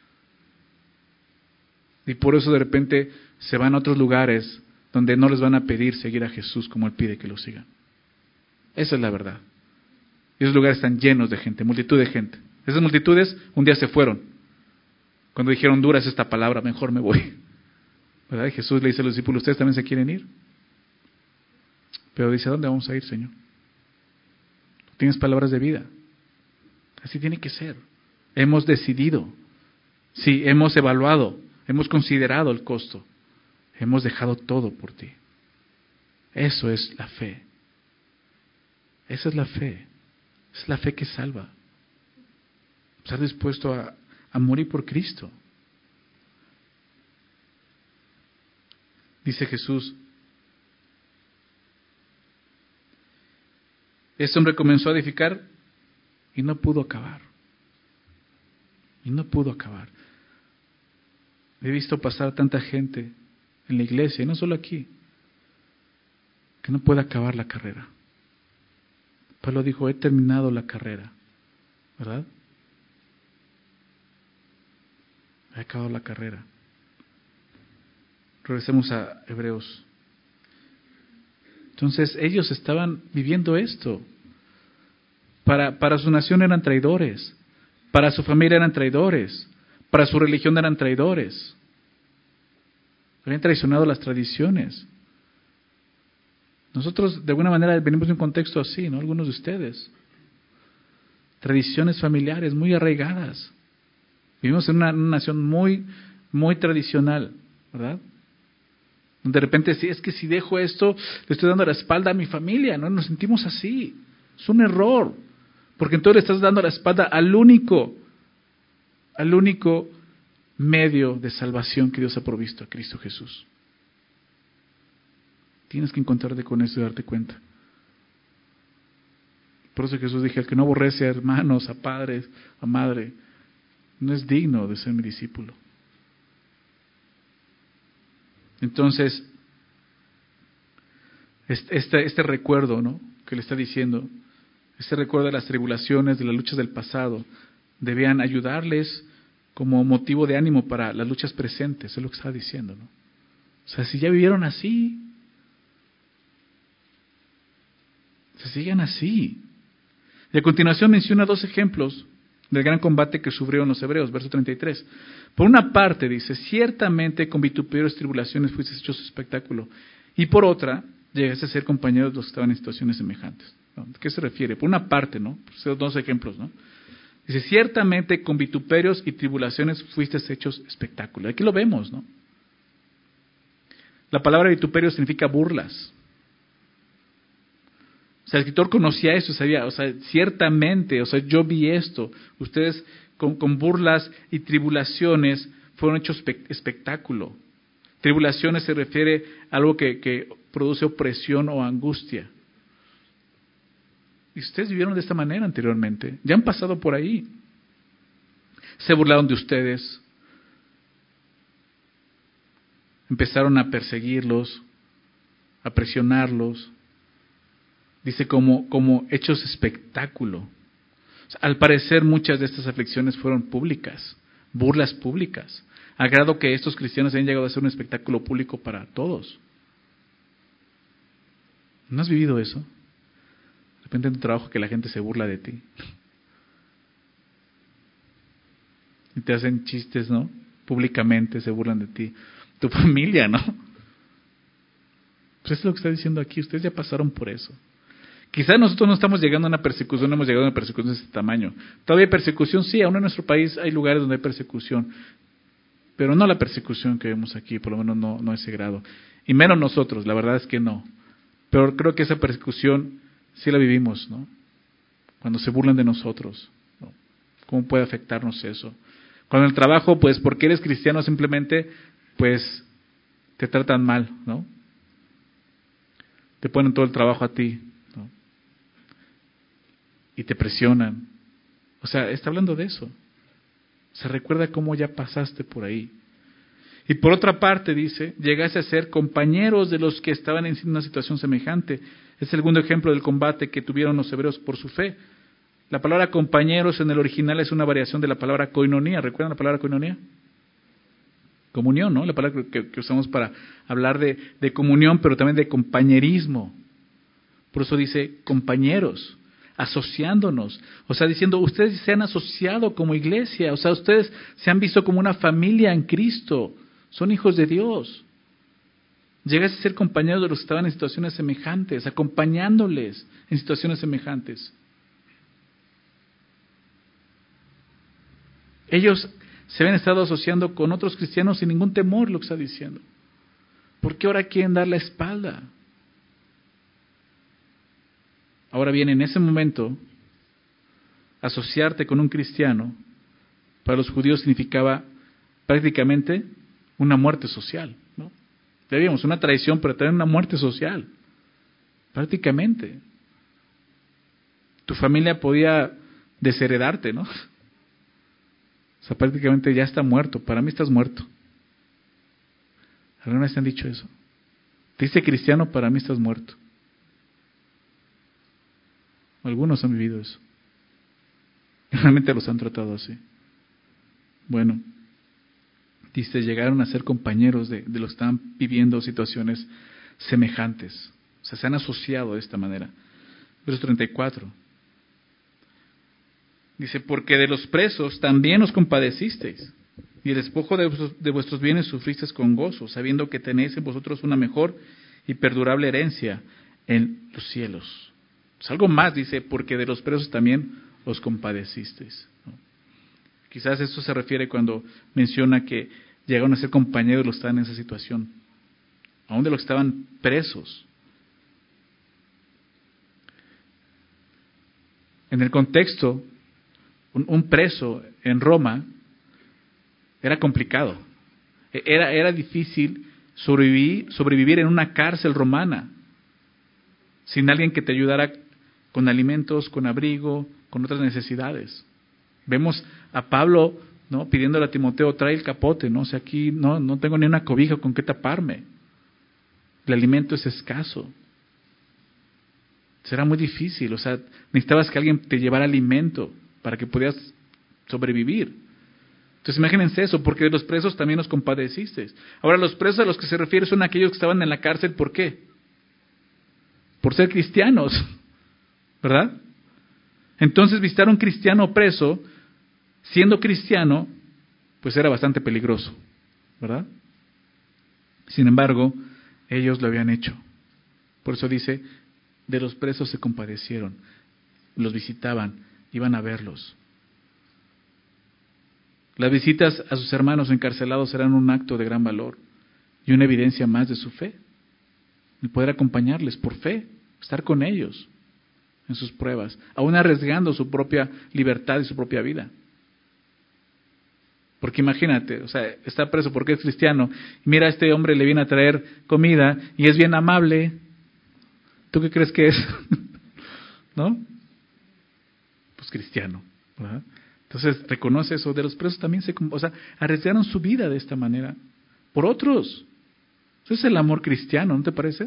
Y por eso de repente se van a otros lugares donde no les van a pedir seguir a Jesús como Él pide que lo sigan. Esa es la verdad. Y esos lugares están llenos de gente, multitud de gente. Esas multitudes un día se fueron. Cuando dijeron, dura es esta palabra, mejor me voy. ¿Verdad? Y Jesús le dice a los discípulos, ¿ustedes también se quieren ir? Pero dice, ¿a dónde vamos a ir, Señor? Tienes palabras de vida. Así tiene que ser. Hemos decidido. Sí, hemos evaluado. Hemos considerado el costo. Hemos dejado todo por ti. Eso es la fe. Esa es la fe. Es la fe que salva. Estar dispuesto a morir por Cristo. Dice Jesús, este hombre comenzó a edificar y no pudo acabar. Y no pudo acabar. He visto pasar a tanta gente en la iglesia, y no solo aquí, que no puede acabar la carrera. Pablo dijo, he terminado la carrera, ¿verdad? He acabado la carrera. Regresemos a Hebreos. Entonces ellos estaban viviendo esto. Para su nación eran traidores, para su familia eran traidores, para su religión eran traidores. Habían traicionado las tradiciones. Nosotros de alguna manera venimos de un contexto así, ¿no? Algunos de ustedes. Tradiciones familiares muy arraigadas. Vivimos en una nación muy, muy tradicional, ¿verdad? De repente, sí, es que si dejo esto, le estoy dando la espalda a mi familia, ¿no? Nos sentimos así. Es un error, porque entonces le estás dando la espalda al único medio de salvación que Dios ha provisto, a Cristo Jesús. Tienes que encontrarte con eso y darte cuenta. Por eso Jesús dijo, el que no aborrece a hermanos, a padres, a madre, no es digno de ser mi discípulo. Entonces, este recuerdo, ¿no?, que le está diciendo, este recuerdo de las tribulaciones, de las luchas del pasado, debían ayudarles como motivo de ánimo para las luchas presentes, es lo que estaba diciendo, ¿no? O sea, si ya vivieron así, se sigan así. Y a continuación menciona 2 ejemplos del gran combate que sufrieron los hebreos, verso 33. Por una parte dice, ciertamente con vituperios y tribulaciones fuiste hechos espectáculo. Y por otra, llegaste a ser compañeros de los que estaban en situaciones semejantes. ¿A qué se refiere? Por una parte, ¿no? Esos 2 ejemplos, ¿no? Dice, ciertamente con vituperios y tribulaciones fuiste hechos espectáculo. Aquí lo vemos, ¿no? La palabra vituperio significa burlas. O sea, el escritor conocía eso, sabía, o sea, ciertamente, o sea, yo vi esto. Ustedes con burlas y tribulaciones fueron hechos espectáculo. Tribulaciones se refiere a algo que produce opresión o angustia. Y ustedes vivieron de esta manera anteriormente, ya han pasado por ahí. Se burlaron de ustedes, empezaron a perseguirlos, a presionarlos. Dice como hechos espectáculo. O sea, al parecer muchas de estas aflicciones fueron públicas, burlas públicas, a grado que estos cristianos han llegado a ser un espectáculo público para todos. ¿No has vivido eso? De repente en tu trabajo que la gente se burla de ti. Y te hacen chistes, ¿no? Públicamente se burlan de ti. Tu familia, ¿no? Pues eso es lo que está diciendo aquí. Ustedes ya pasaron por eso. Quizás nosotros no estamos llegando a una persecución, no hemos llegado a una persecución de este tamaño. Todavía hay persecución, sí, aún en nuestro país hay lugares donde hay persecución, pero no la persecución que vemos aquí, por lo menos no a ese grado. Y menos nosotros, la verdad es que no. Pero creo que esa persecución sí la vivimos, ¿no? Cuando se burlan de nosotros, ¿no? ¿Cómo puede afectarnos eso? Cuando en el trabajo, pues porque eres cristiano simplemente, pues te tratan mal, ¿no? Te ponen todo el trabajo a ti, ¿no? Y te presionan. O sea, está hablando de eso. Se recuerda cómo ya pasaste por ahí. Y por otra parte, dice, llegaste a ser compañeros de los que estaban en una situación semejante. Es el segundo ejemplo del combate que tuvieron los hebreos por su fe. La palabra compañeros en el original es una variación de la palabra koinonía. ¿Recuerdan la palabra koinonía? Comunión, ¿no? La palabra que usamos para hablar de comunión, pero también de compañerismo. Por eso dice compañeros, asociándonos. O sea, diciendo, ustedes se han asociado como iglesia. O sea, ustedes se han visto como una familia en Cristo. Son hijos de Dios. Llegaste a ser compañeros de los que estaban en situaciones semejantes, acompañándoles en situaciones semejantes. Ellos se habían estado asociando con otros cristianos sin ningún temor, lo que está diciendo. ¿Por qué ahora quieren dar la espalda? Ahora bien, en ese momento, asociarte con un cristiano, para los judíos significaba prácticamente una muerte social, ¿no? Debíamos una traición, pero también una muerte social, prácticamente. Tu familia podía desheredarte, ¿no? O sea, prácticamente ya está muerto. Para mí estás muerto. ¿Alguna vez te han dicho eso? Te dice cristiano, para mí estás muerto. Algunos han vivido eso. Realmente los han tratado así. Bueno, dice, llegaron a ser compañeros de los que estaban viviendo situaciones semejantes. O sea, se han asociado de esta manera. Verso 34. Dice, porque de los presos también os compadecisteis, y el despojo de vuestros bienes sufristeis con gozo, sabiendo que tenéis en vosotros una mejor y perdurable herencia en los cielos. Pues algo más, dice, porque de los presos también os compadecisteis, ¿no? Quizás eso se refiere cuando menciona que llegaron a ser compañeros los que estaban en esa situación. aún de los que estaban presos. En el contexto, un preso en Roma era complicado. Era difícil sobrevivir en una cárcel romana sin alguien que te ayudara con alimentos, con abrigo, con otras necesidades. Vemos a Pablo, ¿no?, pidiéndole a Timoteo, trae el capote, ¿no? O sea, aquí no tengo ni una cobija con qué taparme. El alimento es escaso. Será muy difícil, o sea, necesitabas que alguien te llevara alimento para que pudieras sobrevivir. Entonces imagínense eso, porque de los presos también los compadeciste. Ahora, los presos a los que se refiere son aquellos que estaban en la cárcel, ¿por qué? Por ser cristianos, ¿verdad? Entonces visitar a un cristiano preso, siendo cristiano, pues era bastante peligroso, ¿verdad? Sin embargo, ellos lo habían hecho. Por eso dice, de los presos se compadecieron, los visitaban, iban a verlos. Las visitas a sus hermanos encarcelados eran un acto de gran valor y una evidencia más de su fe. El poder acompañarles por fe, estar con ellos en sus pruebas, aún arriesgando su propia libertad y su propia vida. Porque imagínate, o sea, está preso porque es cristiano, y mira, a este hombre le viene a traer comida y es bien amable. ¿Tú qué crees que es? ¿No? Pues cristiano, ¿verdad? Entonces reconoce eso. De los presos también arriesgaron su vida de esta manera por otros. Eso es el amor cristiano, ¿no te parece?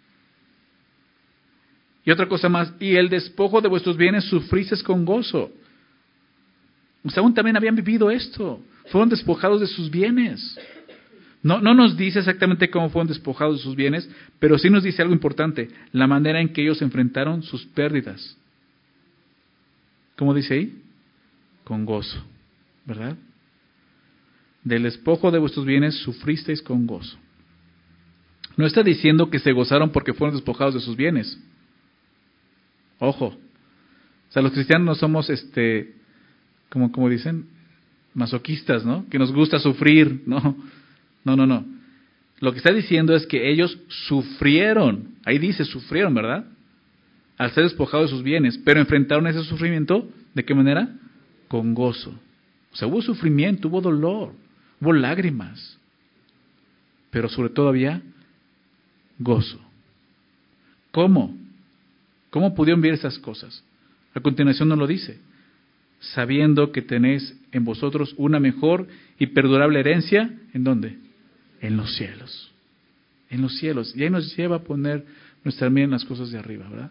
Y otra cosa más, y el despojo de vuestros bienes sufristeis con gozo. O sea, aún también habían vivido esto. Fueron despojados de sus bienes. No nos dice exactamente cómo fueron despojados de sus bienes, pero sí nos dice algo importante, la manera en que ellos enfrentaron sus pérdidas. ¿Cómo dice ahí? Con gozo, ¿verdad? Del despojo de vuestros bienes sufristeis con gozo. No está diciendo que se gozaron porque fueron despojados de sus bienes. Ojo. O sea, los cristianos no somos, como dicen, masoquistas, ¿no? Que nos gusta sufrir, ¿no? No. Lo que está diciendo es que ellos sufrieron, ahí dice sufrieron, ¿verdad? Al ser despojados de sus bienes, pero enfrentaron ese sufrimiento, ¿de qué manera? Con gozo. O sea, hubo sufrimiento, hubo dolor, hubo lágrimas, pero sobre todo había gozo. ¿Cómo? ¿Cómo pudieron ver esas cosas? A continuación nos lo dice, sabiendo que tenéis en vosotros una mejor y perdurable herencia, ¿en dónde? En los cielos. En los cielos. Y ahí nos lleva a poner nuestra mirada en las cosas de arriba, ¿verdad?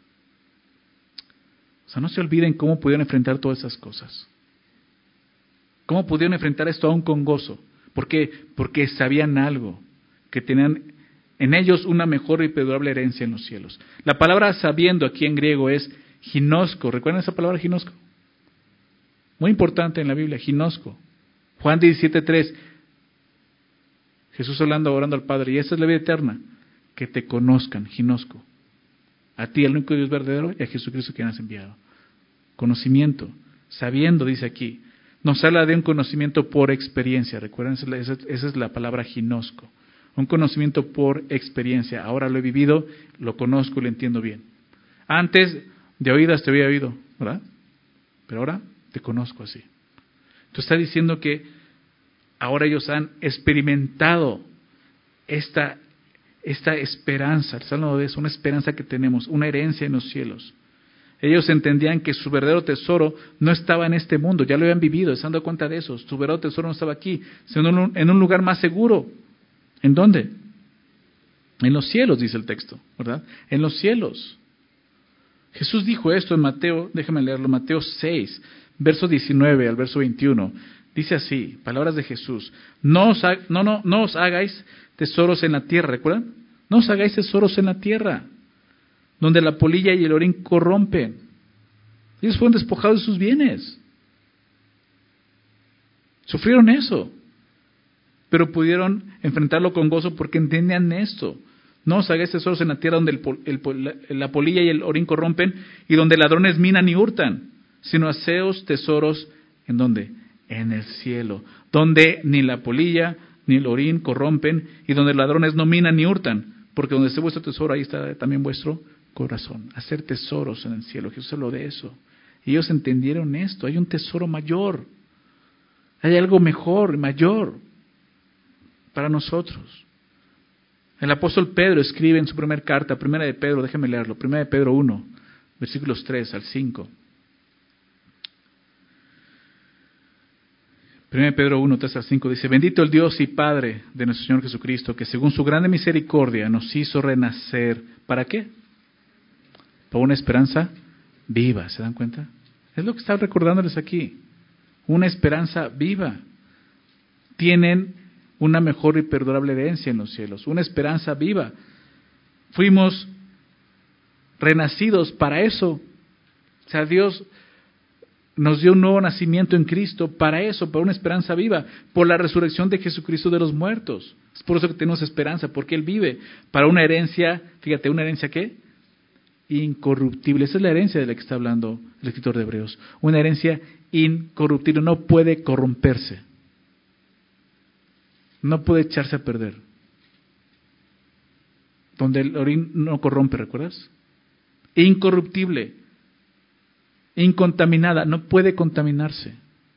O sea, no se olviden cómo pudieron enfrentar todas esas cosas. ¿Cómo pudieron enfrentar esto aún con gozo? ¿Por qué? Porque sabían algo, que tenían en ellos una mejor y perdurable herencia en los cielos. La palabra sabiendo aquí en griego es ginosco. ¿Recuerdan esa palabra ginosco? Muy importante en la Biblia, ginosco. Juan 17:3. Jesús orando al Padre, y esa es la vida eterna, que te conozcan, ginosco. A ti, el único Dios verdadero, y a Jesucristo quien has enviado. Conocimiento, sabiendo, dice aquí. Nos habla de un conocimiento por experiencia. Recuerden, esa es la palabra ginosco. Un conocimiento por experiencia. Ahora lo he vivido, lo conozco y lo entiendo bien. Antes, de oídas te había oído, ¿verdad? Pero ahora te conozco así. Entonces está diciendo que ahora ellos han experimentado esta esperanza. Está hablando de eso, una esperanza que tenemos, una herencia en los cielos. Ellos entendían que su verdadero tesoro no estaba en este mundo, ya lo habían vivido, se han dado cuenta de eso. Su verdadero tesoro no estaba aquí, sino en un lugar más seguro. ¿En dónde? En los cielos, dice el texto, ¿verdad? En los cielos. Jesús dijo esto en Mateo, déjame leerlo, Mateo 6, verso 19 al verso 21. Dice así, palabras de Jesús, no os hagáis tesoros en la tierra, ¿recuerdan? No os hagáis tesoros en la tierra, donde la polilla y el orín corrompen. Ellos fueron despojados de sus bienes. Sufrieron eso, pero pudieron enfrentarlo con gozo porque entendían esto. No os hagáis tesoros en la tierra donde la polilla y el orín corrompen y donde ladrones minan y hurtan, sino haceos tesoros, ¿en dónde? En el cielo, donde ni la polilla ni el orín corrompen, y donde ladrones no minan ni hurtan, porque donde esté vuestro tesoro, ahí está también vuestro corazón. Hacer tesoros en el cielo, Jesús habló de eso. Y ellos entendieron esto, hay un tesoro mayor, hay algo mejor, mayor para nosotros. El apóstol Pedro escribe en su primera carta, primera de Pedro, déjenme leerlo, primera de Pedro 1, versículos 3 al 5. 1 Pedro 1, 3 al 5 dice: bendito el Dios y Padre de nuestro Señor Jesucristo, que según su grande misericordia nos hizo renacer. ¿Para qué? Para una esperanza viva, ¿se dan cuenta? Es lo que está recordándoles aquí. Una esperanza viva. Tienen una mejor y perdurable herencia en los cielos. Una esperanza viva. Fuimos renacidos para eso. O sea, Dios nos dio un nuevo nacimiento en Cristo para eso, para una esperanza viva, por la resurrección de Jesucristo de los muertos. Es por eso que tenemos esperanza, porque Él vive, para una herencia, fíjate, ¿una herencia qué? Incorruptible. Esa es la herencia de la que está hablando el escritor de Hebreos. Una herencia incorruptible, no puede corromperse. No puede echarse a perder. Donde el orín no corrompe, ¿recuerdas? Incorruptible. Incontaminada, no puede contaminarse.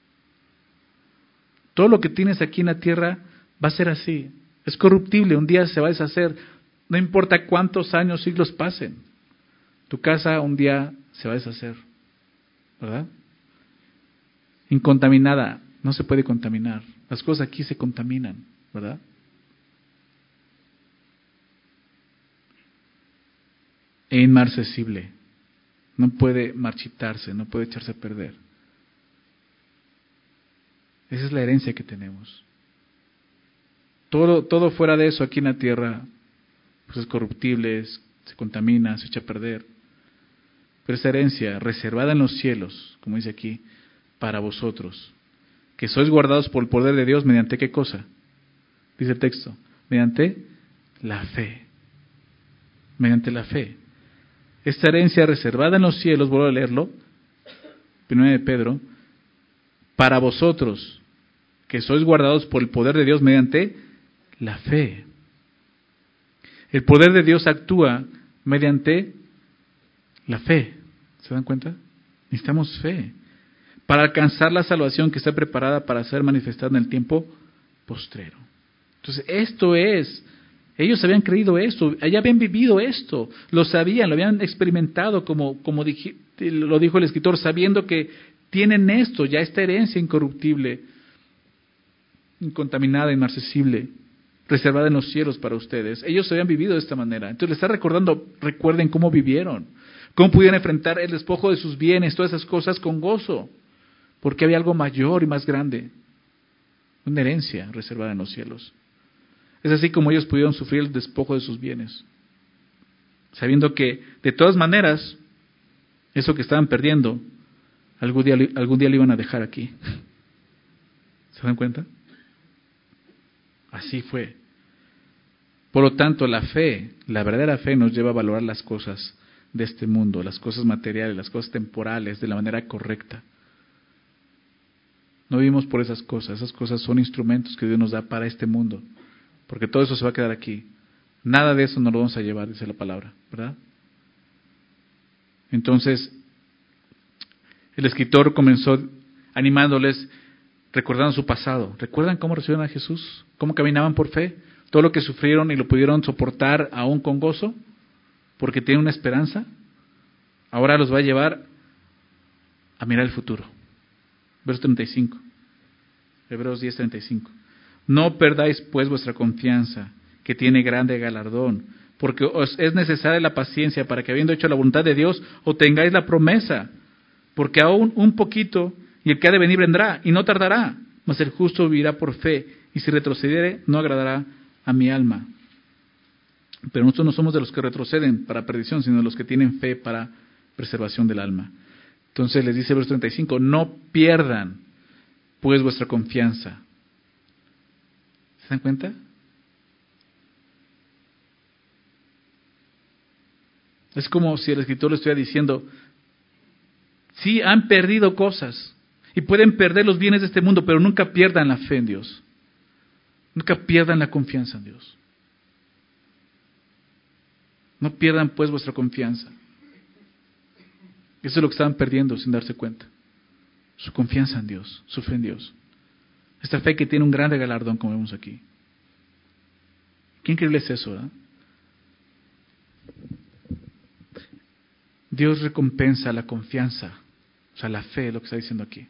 Todo lo que tienes aquí en la tierra va a ser así. Es corruptible, un día se va a deshacer. No importa cuántos años, siglos pasen. Tu casa un día se va a deshacer, ¿verdad? Incontaminada, no se puede contaminar. Las cosas aquí se contaminan, ¿verdad? E inmarcesible. No puede marchitarse, no puede echarse a perder. Esa es la herencia que tenemos. Todo fuera de eso aquí en la tierra pues es corruptible, se contamina, se echa a perder. Pero esa herencia reservada en los cielos, como dice aquí, para vosotros, que sois guardados por el poder de Dios, ¿mediante qué cosa? Dice el texto, mediante la fe. Mediante la fe. Esta herencia reservada en los cielos, vuelvo a leerlo, 1 de Pedro, para vosotros, que sois guardados por el poder de Dios mediante la fe. El poder de Dios actúa mediante la fe. ¿Se dan cuenta? Necesitamos fe para alcanzar la salvación que está preparada para ser manifestada en el tiempo postrero. Entonces, esto es... Ellos habían creído esto, ya habían vivido esto, lo sabían, lo habían experimentado, como lo dijo el escritor, sabiendo que tienen esto, ya esta herencia incorruptible, incontaminada, inmarcesible, reservada en los cielos para ustedes. Ellos habían vivido de esta manera. Entonces les está recordando, recuerden cómo vivieron, cómo pudieron enfrentar el despojo de sus bienes, todas esas cosas con gozo, porque había algo mayor y más grande, una herencia reservada en los cielos. Es así como ellos pudieron sufrir el despojo de sus bienes, sabiendo que de todas maneras, eso que estaban perdiendo, algún día lo iban a dejar aquí. ¿Se dan cuenta? Así fue. Por lo tanto, la fe, la verdadera fe nos lleva a valorar las cosas de este mundo, las cosas materiales, las cosas temporales, de la manera correcta. No vivimos por esas cosas son instrumentos que Dios nos da para este mundo. Porque todo eso se va a quedar aquí. Nada de eso nos lo vamos a llevar, dice la palabra, ¿verdad? Entonces, el escritor comenzó animándoles, recordando su pasado. ¿Recuerdan cómo recibieron a Jesús? ¿Cómo caminaban por fe? Todo lo que sufrieron y lo pudieron soportar aún con gozo, porque tienen una esperanza. Ahora los va a llevar a mirar el futuro. Verso 35. Hebreos 10:35. No perdáis pues vuestra confianza, que tiene grande galardón, porque os es necesaria la paciencia para que, habiendo hecho la voluntad de Dios, obtengáis la promesa. Porque aún un poquito, y el que ha de venir vendrá, y no tardará, mas el justo vivirá por fe, y si retrocediere, no agradará a mi alma. Pero nosotros no somos de los que retroceden para perdición, sino de los que tienen fe para preservación del alma. Entonces les dice el verso 35, no pierdan pues vuestra confianza. ¿Se dan cuenta? Es como si el escritor le estuviera diciendo, sí, han perdido cosas y pueden perder los bienes de este mundo, pero nunca pierdan la fe en Dios. Nunca pierdan la confianza en Dios. No pierdan pues vuestra confianza. Eso es lo que estaban perdiendo sin darse cuenta. Su confianza en Dios, su fe en Dios. Esta fe que tiene un grande galardón, como vemos aquí. Qué increíble es eso, ¿verdad? Dios recompensa la confianza, o sea, la fe, lo que está diciendo aquí.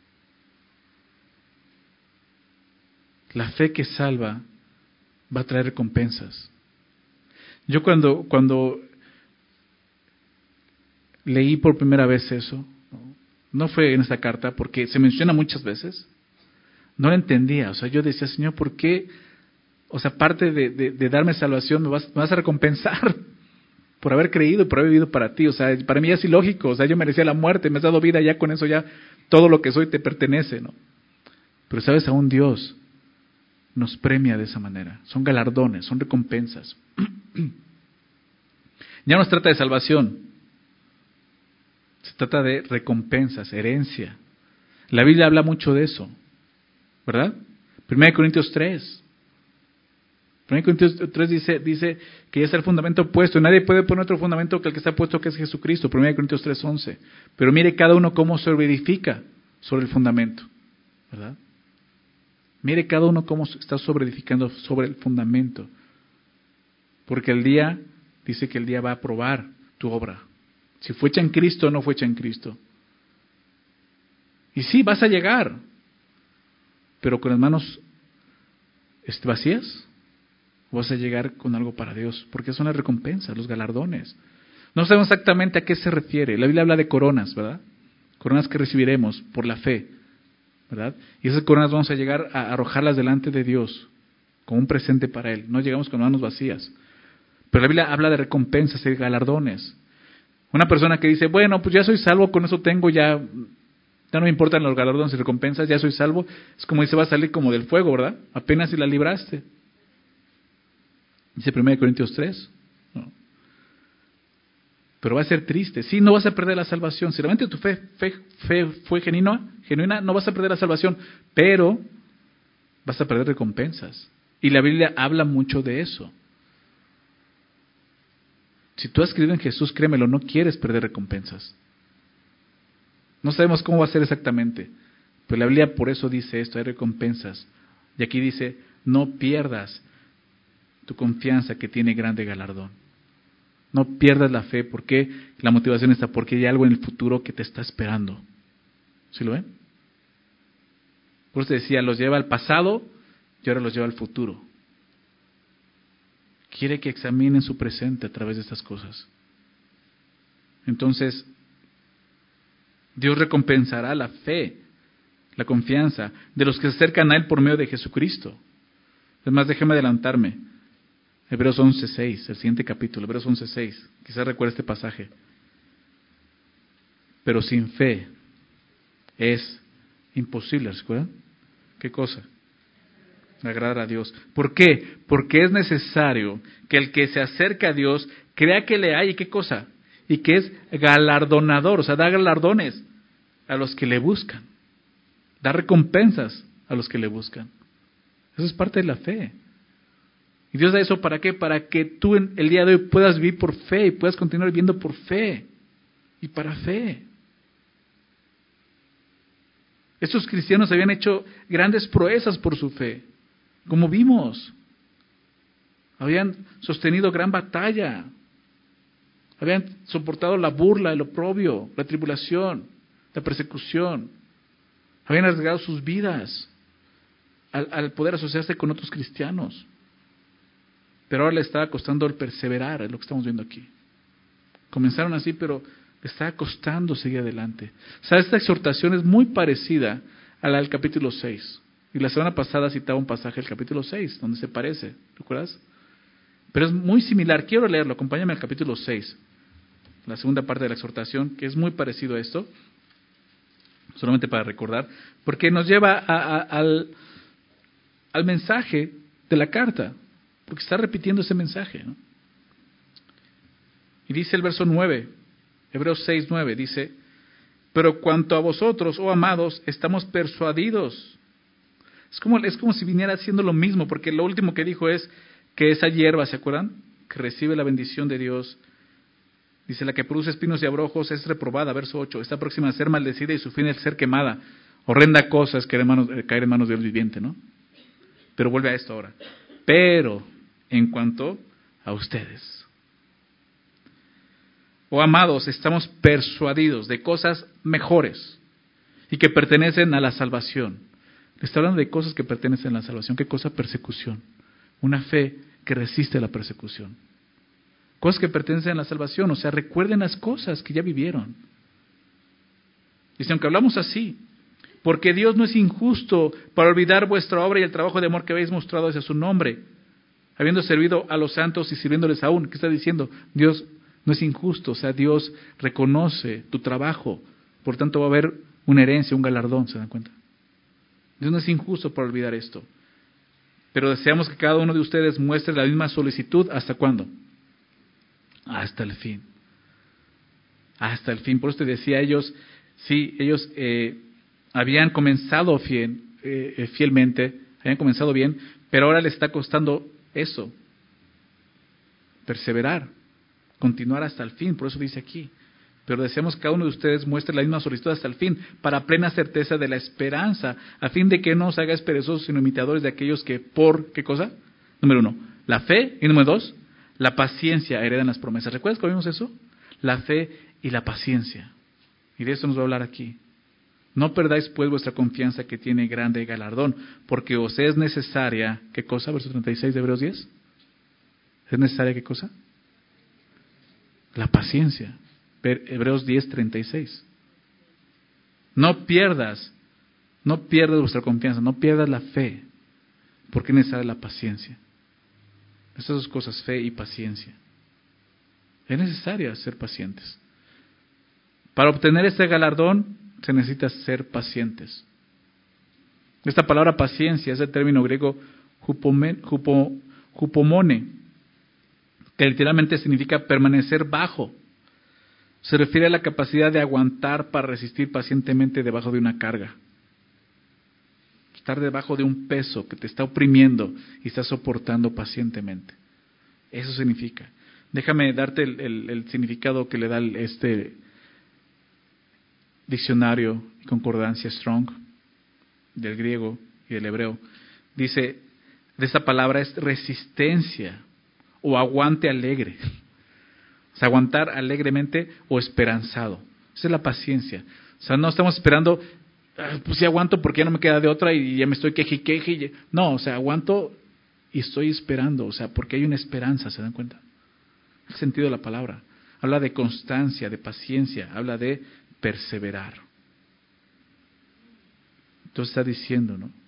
La fe que salva va a traer recompensas. Yo cuando leí por primera vez eso, no fue en esta carta, porque se menciona muchas veces, no la entendía. O sea, yo decía, Señor, ¿por qué? O sea, aparte de darme salvación, me vas a recompensar por haber creído y por haber vivido para ti. O sea, para mí es ilógico. O sea, yo merecía la muerte, me has dado vida, ya con eso ya todo lo que soy te pertenece, ¿no? Pero sabes, aún Dios nos premia de esa manera. Son galardones, son recompensas. Ya no se trata de salvación. Se trata de recompensas, herencia. La Biblia habla mucho de eso, ¿verdad? 1 Corintios 3. 1 Corintios 3 dice que ya está el fundamento puesto. Nadie puede poner otro fundamento que el que está puesto, que es Jesucristo. 1 Corintios 3:11. Pero mire cada uno cómo se edifica sobre el fundamento, ¿verdad? Mire cada uno cómo está edificando sobre el fundamento. Porque dice que el día va a probar tu obra. Si fue hecha en Cristo o no fue hecha en Cristo. Y sí, vas a llegar, pero con las manos vacías, o vas a llegar con algo para Dios, porque son las recompensas, los galardones. No sabemos exactamente a qué se refiere. La Biblia habla de coronas, ¿verdad? Coronas que recibiremos por la fe, ¿verdad? Y esas coronas vamos a llegar a arrojarlas delante de Dios como un presente para Él. No llegamos con manos vacías. Pero la Biblia habla de recompensas y de galardones. Una persona que dice, bueno, pues ya soy salvo, con eso tengo, ya no me importan los galardones y recompensas, ya soy salvo. Es como dice, va a salir como del fuego, ¿verdad? Apenas si la libraste. Dice 1 Corintios 3. No. Pero va a ser triste. Sí, no vas a perder la salvación. Si realmente tu fe fue genuina, no vas a perder la salvación, pero vas a perder recompensas. Y la Biblia habla mucho de eso. Si tú has creído en Jesús, créemelo, no quieres perder recompensas. No sabemos cómo va a ser exactamente, pero la Biblia por eso dice esto, hay recompensas. Y aquí dice, no pierdas tu confianza que tiene grande galardón. No pierdas la fe, porque la motivación está porque hay algo en el futuro que te está esperando. ¿Sí lo ven? Por eso decía, los lleva al pasado y ahora los lleva al futuro. Quiere que examinen su presente a través de estas cosas. Entonces, Dios recompensará la fe, la confianza de los que se acercan a Él por medio de Jesucristo. Es más, déjeme adelantarme. Hebreos 11:6, el siguiente capítulo, Hebreos 11:6. Quizás recuerde este pasaje. Pero sin fe es imposible, ¿recuerdan? ¿Qué cosa? Agradar a Dios. ¿Por qué? Porque es necesario que el que se acerca a Dios crea que le hay, ¿y qué cosa? Y que es galardonador, o sea, da galardones a los que le buscan. Da recompensas a los que le buscan. Eso es parte de la fe. ¿Y Dios da eso para qué? Para que tú en el día de hoy puedas vivir por fe y puedas continuar viviendo por fe y para fe. Estos cristianos habían hecho grandes proezas por su fe, como vimos. Habían sostenido gran batalla. Habían soportado la burla, el oprobio, la tribulación, la persecución. Habían arriesgado sus vidas al poder asociarse con otros cristianos. Pero ahora le estaba costando el perseverar, es lo que estamos viendo aquí. Comenzaron así, pero le estaba costando seguir adelante. O sea, esta exhortación es muy parecida a la del capítulo 6. Y la semana pasada citaba un pasaje del capítulo 6, donde se parece, ¿recuerdas? Pero es muy similar. Quiero leerlo, acompáñame al capítulo 6, la segunda parte de la exhortación, que es muy parecido a esto, solamente para recordar, porque nos lleva al mensaje de la carta, porque está repitiendo ese mensaje, ¿no? Y dice el verso 9, Hebreos 6:9, dice, pero cuanto a vosotros, oh amados, estamos persuadidos Es como si viniera haciendo lo mismo, porque lo último que dijo es que esa hierba, ¿se acuerdan? Que recibe la bendición de Dios. Dice, la que produce espinos y abrojos es reprobada, verso 8, está próxima a ser maldecida y su fin es ser quemada. Horrenda cosa es caer en manos de Dios viviente, ¿no? Pero vuelve a esto ahora. Pero, en cuanto a ustedes, oh amados, estamos persuadidos de cosas mejores y que pertenecen a la salvación. Le está hablando de cosas que pertenecen a la salvación. ¿Qué cosa? Persecución. Una fe que resiste la persecución. Cosas que pertenecen a la salvación, o sea, recuerden las cosas que ya vivieron. Dice, aunque hablamos así, porque Dios no es injusto para olvidar vuestra obra y el trabajo de amor que habéis mostrado hacia su nombre, habiendo servido a los santos y sirviéndoles aún. ¿Qué está diciendo? Dios no es injusto, o sea, Dios reconoce tu trabajo, por tanto va a haber una herencia, un galardón, ¿se dan cuenta? Dios no es injusto para olvidar esto, pero deseamos que cada uno de ustedes muestre la misma solicitud. ¿Hasta cuándo? Hasta el fin. Hasta el fin. Por eso te decía, ellos habían comenzado fielmente, habían comenzado bien, pero ahora les está costando eso, perseverar, continuar hasta el fin. Por eso dice aquí, pero deseamos que cada uno de ustedes muestre la misma solicitud hasta el fin, para plena certeza de la esperanza, a fin de que no os hagáis perezosos sino imitadores de aquellos que por, ¿qué cosa? Número 1, la fe, y número 2, la paciencia heredan las promesas. ¿Recuerdas que vimos eso? La fe y la paciencia. Y de eso nos va a hablar aquí. No perdáis pues vuestra confianza, que tiene grande galardón, porque os es necesaria, ¿qué cosa? Verso 36 de Hebreos 10. ¿Es necesaria qué cosa? La paciencia. Hebreos 10, 36. No pierdas vuestra confianza, no pierdas la fe, porque es necesaria la paciencia. Estas dos cosas, fe y paciencia. Es necesario ser pacientes. Para obtener este galardón se necesita ser pacientes. Esta palabra paciencia es el término griego hupomone, que literalmente significa permanecer bajo. Se refiere a la capacidad de aguantar para resistir pacientemente debajo de una carga. Estar debajo de un peso que te está oprimiendo y estás soportando pacientemente. Eso significa. Déjame darte el significado que le da este diccionario y concordancia Strong del griego y del hebreo. Dice, de esta palabra es resistencia o aguante alegre. O sea, aguantar alegremente o esperanzado. Esa es la paciencia. O sea, no estamos esperando, pues sí aguanto porque ya no me queda de otra y ya me estoy queje. No, o sea, aguanto y estoy esperando. O sea, porque hay una esperanza, ¿se dan cuenta? El sentido de la palabra. Habla de constancia, de paciencia, habla de perseverar. Entonces está diciendo, ¿no?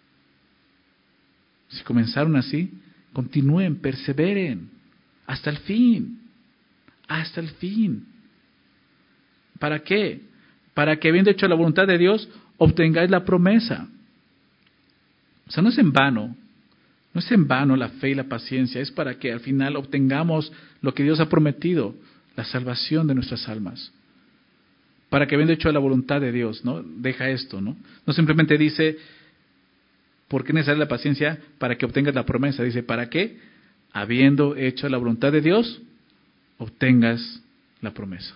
Si comenzaron así, continúen, perseveren, hasta el fin. Hasta el fin. ¿Para qué? Para que, habiendo hecho la voluntad de Dios, obtengáis la promesa. O sea, no es en vano la fe y la paciencia, es para que al final obtengamos lo que Dios ha prometido, la salvación de nuestras almas. Para que, habiendo hecho la voluntad de Dios, ¿no? Deja esto, ¿no? No simplemente dice, ¿por qué necesaria la paciencia? Para que obtengas la promesa. Dice, ¿para qué? Habiendo hecho la voluntad de Dios, obtengas la promesa.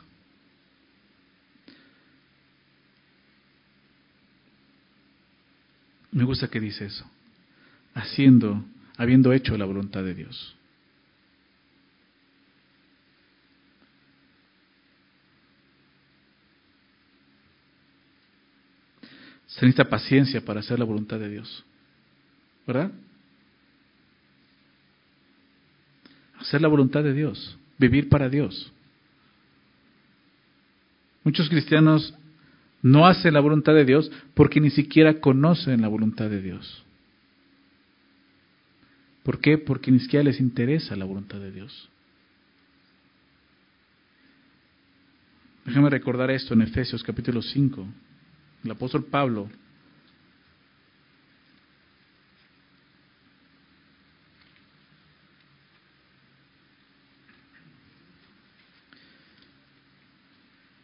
Me gusta que dice eso. Habiendo hecho la voluntad de Dios. Se necesita paciencia para hacer la voluntad de Dios. ¿Verdad? Hacer la voluntad de Dios. Vivir para Dios. Muchos cristianos no hacen la voluntad de Dios porque ni siquiera conocen la voluntad de Dios. ¿Por qué? Porque ni siquiera les interesa la voluntad de Dios. Déjame recordar esto en Efesios capítulo 5. El apóstol Pablo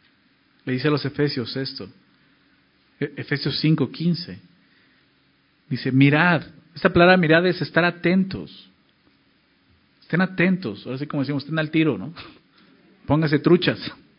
le dice a los Efesios esto. Efesios 5:15. Dice, mirad. Esta palabra mirad es estar atentos. Estén atentos. Ahora sí como decimos, estén al tiro, ¿no? Pónganse truchas.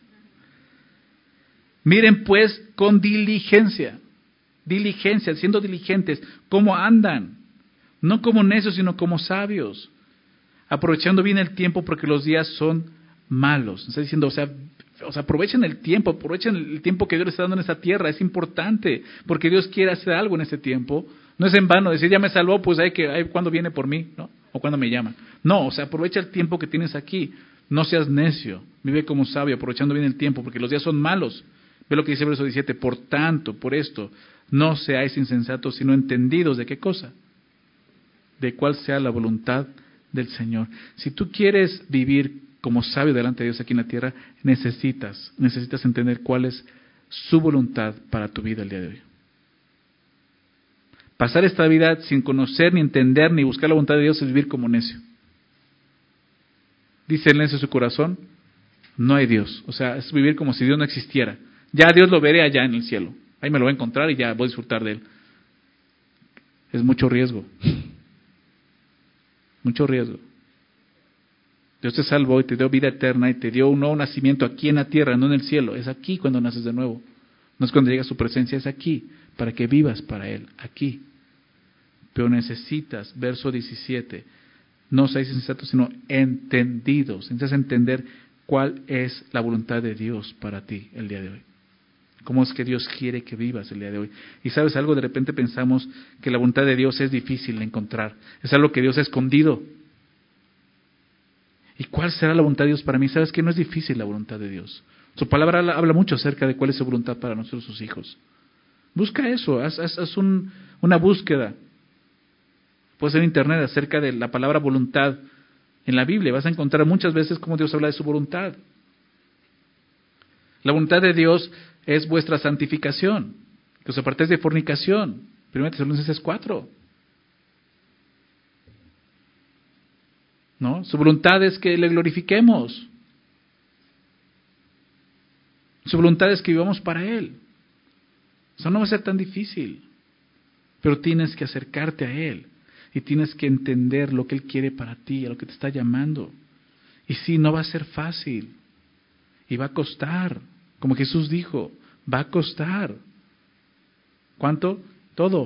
Miren pues con diligencia. Diligencia, siendo diligentes. ¿Cómo andan? No como necios, sino como sabios. Aprovechando bien el tiempo porque los días son malos. Está diciendo, o sea, aprovechen el tiempo que Dios les está dando en esta tierra. Es importante porque Dios quiere hacer algo en este tiempo. No es en vano decir, ya me salvó, pues hay cuando viene por mí, ¿no? O cuando me llama. No, o sea, aprovecha el tiempo que tienes aquí. No seas necio, vive como sabio, aprovechando bien el tiempo, porque los días son malos. Ve lo que dice el verso 17, por tanto, por esto, no seáis insensatos, sino entendidos de qué cosa, de cuál sea la voluntad del Señor. Si tú quieres vivir como sabio delante de Dios aquí en la tierra, necesitas entender cuál es su voluntad para tu vida el día de hoy. Pasar esta vida sin conocer, ni entender, ni buscar la voluntad de Dios es vivir como necio. Dice el necio en su corazón, no hay Dios. O sea, es vivir como si Dios no existiera. Ya Dios lo veré allá en el cielo. Ahí me lo voy a encontrar y ya voy a disfrutar de Él. Es mucho riesgo. Mucho riesgo. Dios te salvó y te dio vida eterna y te dio un nuevo nacimiento aquí en la tierra, no en el cielo. Es aquí cuando naces de nuevo. No es cuando llega a su presencia, es aquí, para que vivas para Él, aquí. Pero necesitas, verso 17, no seáis insensatos, sino entendidos. Necesitas entender cuál es la voluntad de Dios para ti el día de hoy. Cómo es que Dios quiere que vivas el día de hoy. Y sabes algo, de repente pensamos que la voluntad de Dios es difícil de encontrar. Es algo que Dios ha escondido. ¿Y cuál será la voluntad de Dios para mí? Sabes que no es difícil la voluntad de Dios. Su palabra habla mucho acerca de cuál es su voluntad para nosotros, sus hijos. Busca eso, haz una búsqueda. Puedes en internet acerca de la palabra voluntad en la Biblia. Vas a encontrar muchas veces cómo Dios habla de su voluntad. La voluntad de Dios es vuestra santificación, que os apartéis de fornicación. 1 Tesalonicenses 4. ¿No? Su voluntad es que le glorifiquemos. Su voluntad es que vivamos para Él. Eso no va a ser tan difícil, pero tienes que acercarte a Él y tienes que entender lo que Él quiere para ti, a lo que te está llamando. Y sí, no va a ser fácil y va a costar, como Jesús dijo, va a costar. ¿Cuánto? Todo.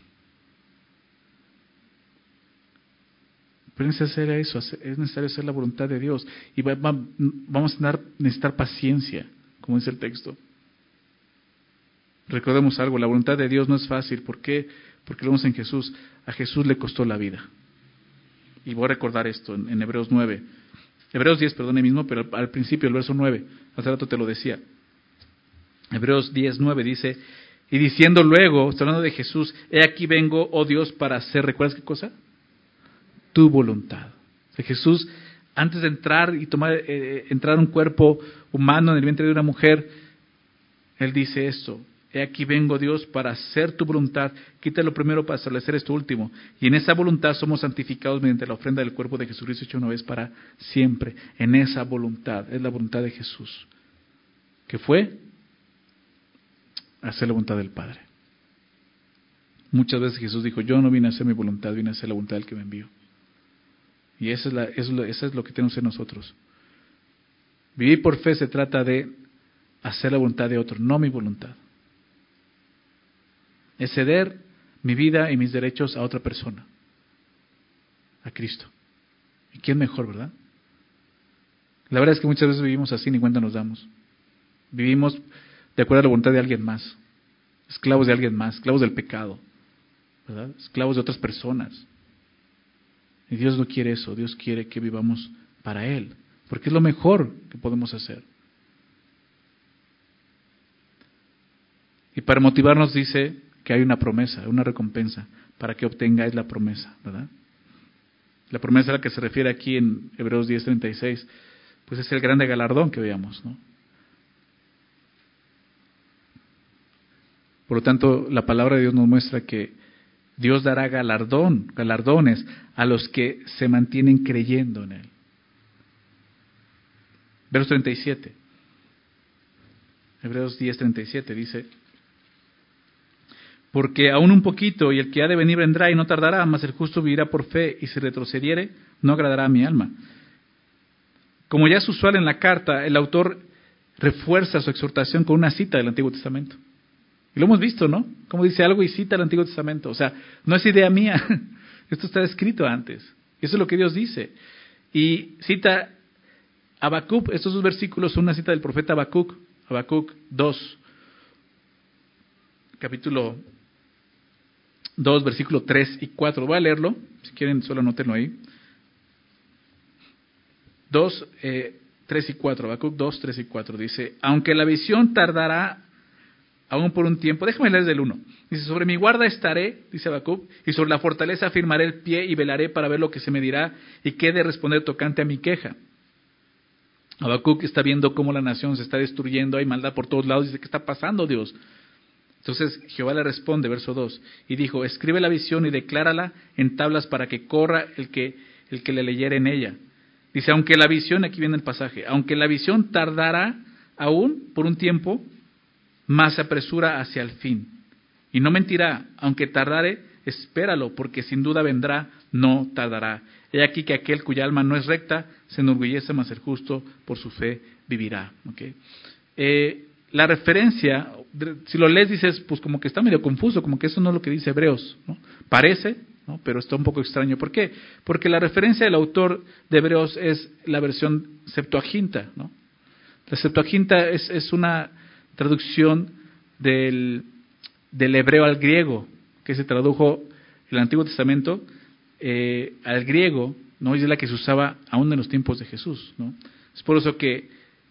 Pero es necesario eso, es necesario hacer la voluntad de Dios y vamos a necesitar paciencia, como dice el texto. Recordemos algo, la voluntad de Dios no es fácil. ¿Por qué? Porque lo vemos en Jesús. A Jesús le costó la vida. Y voy a recordar esto en Hebreos 9. Hebreos 10, perdón, mismo, pero al principio, el verso 9. Hace rato te lo decía. Hebreos 10, 9 dice, y diciendo luego, está hablando de Jesús, he aquí vengo, oh Dios, para hacer, ¿recuerdas qué cosa? Tu voluntad. O sea, Jesús, antes de entrar y entrar un cuerpo humano en el vientre de una mujer, Él dice esto, he aquí vengo Dios para hacer tu voluntad, quítalo primero para establecer esto último. Y en esa voluntad somos santificados mediante la ofrenda del cuerpo de Jesucristo hecho una vez para siempre. En esa voluntad, es la voluntad de Jesús. ¿Qué fue? Hacer la voluntad del Padre. Muchas veces Jesús dijo, yo no vine a hacer mi voluntad, vine a hacer la voluntad del que me envió. Y eso es lo que tenemos en nosotros. Vivir por fe se trata de hacer la voluntad de otro, no mi voluntad. Es ceder mi vida y mis derechos a otra persona, a Cristo. ¿Y quién mejor, verdad? La verdad es que muchas veces vivimos así, ni cuenta nos damos. Vivimos de acuerdo a la voluntad de alguien más, esclavos de alguien más, esclavos del pecado, ¿verdad? Esclavos de otras personas. Y Dios no quiere eso, Dios quiere que vivamos para Él, porque es lo mejor que podemos hacer. Y para motivarnos dice que hay una promesa, una recompensa, para que obtengáis la promesa, ¿verdad? La promesa a la que se refiere aquí en Hebreos 10:36, pues es el grande galardón que veamos, ¿no? Por lo tanto, la palabra de Dios nos muestra que Dios dará galardones a los que se mantienen creyendo en Él. Verso 37. Hebreos 10:37 dice, Porque aún un poquito, y el que ha de venir vendrá y no tardará, mas el justo vivirá por fe, y si retrocediere, no agradará a mi alma. Como ya es usual en la carta, el autor refuerza su exhortación con una cita del Antiguo Testamento. Y lo hemos visto, ¿no? Como dice algo y cita el Antiguo Testamento. O sea, no es idea mía. Esto está escrito antes. Eso es lo que Dios dice. Y cita Habacuc, estos dos versículos son una cita del profeta Habacuc. Habacuc 2, capítulo 2, versículo 3 y 4. Voy a leerlo. Si quieren, solo anótenlo ahí. 2, 3 y 4. Habacuc 2, 3 y 4. Dice, aunque la visión tardará aún por un tiempo. Déjame leer desde el 1. Dice, sobre mi guarda estaré, dice Habacuc, y sobre la fortaleza afirmaré el pie y velaré para ver lo que se me dirá y qué he de responder tocante a mi queja. Habacuc está viendo cómo la nación se está destruyendo, hay maldad por todos lados. Dice, ¿qué está pasando, Dios? Entonces Jehová le responde, verso 2, y dijo, escribe la visión y declárala en tablas para que corra el que le leyere en ella. Dice, aunque la visión, aquí viene el pasaje, aunque la visión tardará aún por un tiempo, mas se apresura hacia el fin. Y no mentirá, aunque tardare, espéralo, porque sin duda vendrá, no tardará. He aquí que aquel cuya alma no es recta, se enorgullece, mas el justo por su fe vivirá. ¿Okay? La referencia, si lo lees dices, pues como que está medio confuso, como que eso no es lo que dice Hebreos, ¿no? Parece, ¿no? Pero está un poco extraño. ¿Por qué? Porque la referencia del autor de Hebreos es la versión Septuaginta, ¿no? La Septuaginta es una traducción del hebreo al griego, que se tradujo en el Antiguo Testamento al griego, ¿no? Y es la que se usaba aún en los tiempos de Jesús, ¿no? Es por eso que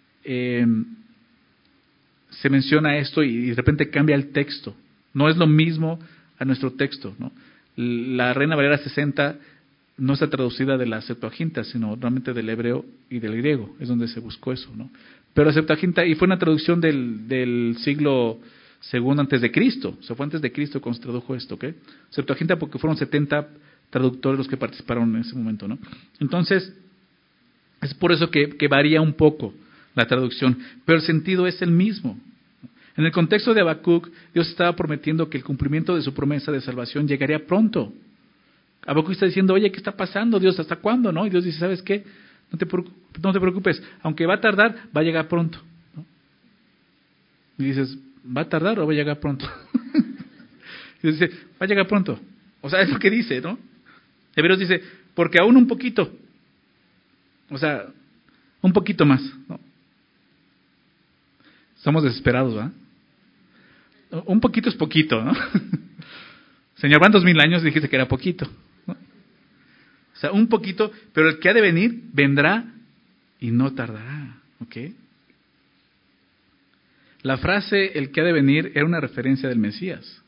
se menciona esto y de repente cambia el texto. No es lo mismo a nuestro texto, ¿no? La Reina Valera 60 no está traducida de la Septuaginta, sino realmente del hebreo y del griego, es donde se buscó eso, ¿no? Pero la Septuaginta, y fue una traducción del siglo II antes de Cristo, o sea, fue antes de Cristo cuando se tradujo esto, ¿ok? Septuaginta porque fueron 70 traductores los que participaron en ese momento, ¿no? Entonces, es por eso que varía un poco la traducción, pero el sentido es el mismo. En el contexto de Habacuc, Dios estaba prometiendo que el cumplimiento de su promesa de salvación llegaría pronto. Habacuc está diciendo, oye, ¿qué está pasando, Dios? ¿Hasta cuándo? ¿No? Y Dios dice, ¿sabes qué? No te preocupes, aunque va a tardar, va a llegar pronto, ¿no? Y dices, ¿va a tardar o va a llegar pronto? Y dice, va a llegar pronto. O sea, es lo que dice, ¿no? Hebreos dice, porque aún un poquito, o sea, un poquito más, ¿no? Estamos desesperados, ¿verdad? Un poquito es poquito, ¿no? Señor, van 2000 años, dijiste que era poquito, ¿no? O sea, un poquito, pero el que ha de venir, vendrá y no tardará, ¿ok? La frase, el que ha de venir, era una referencia del Mesías.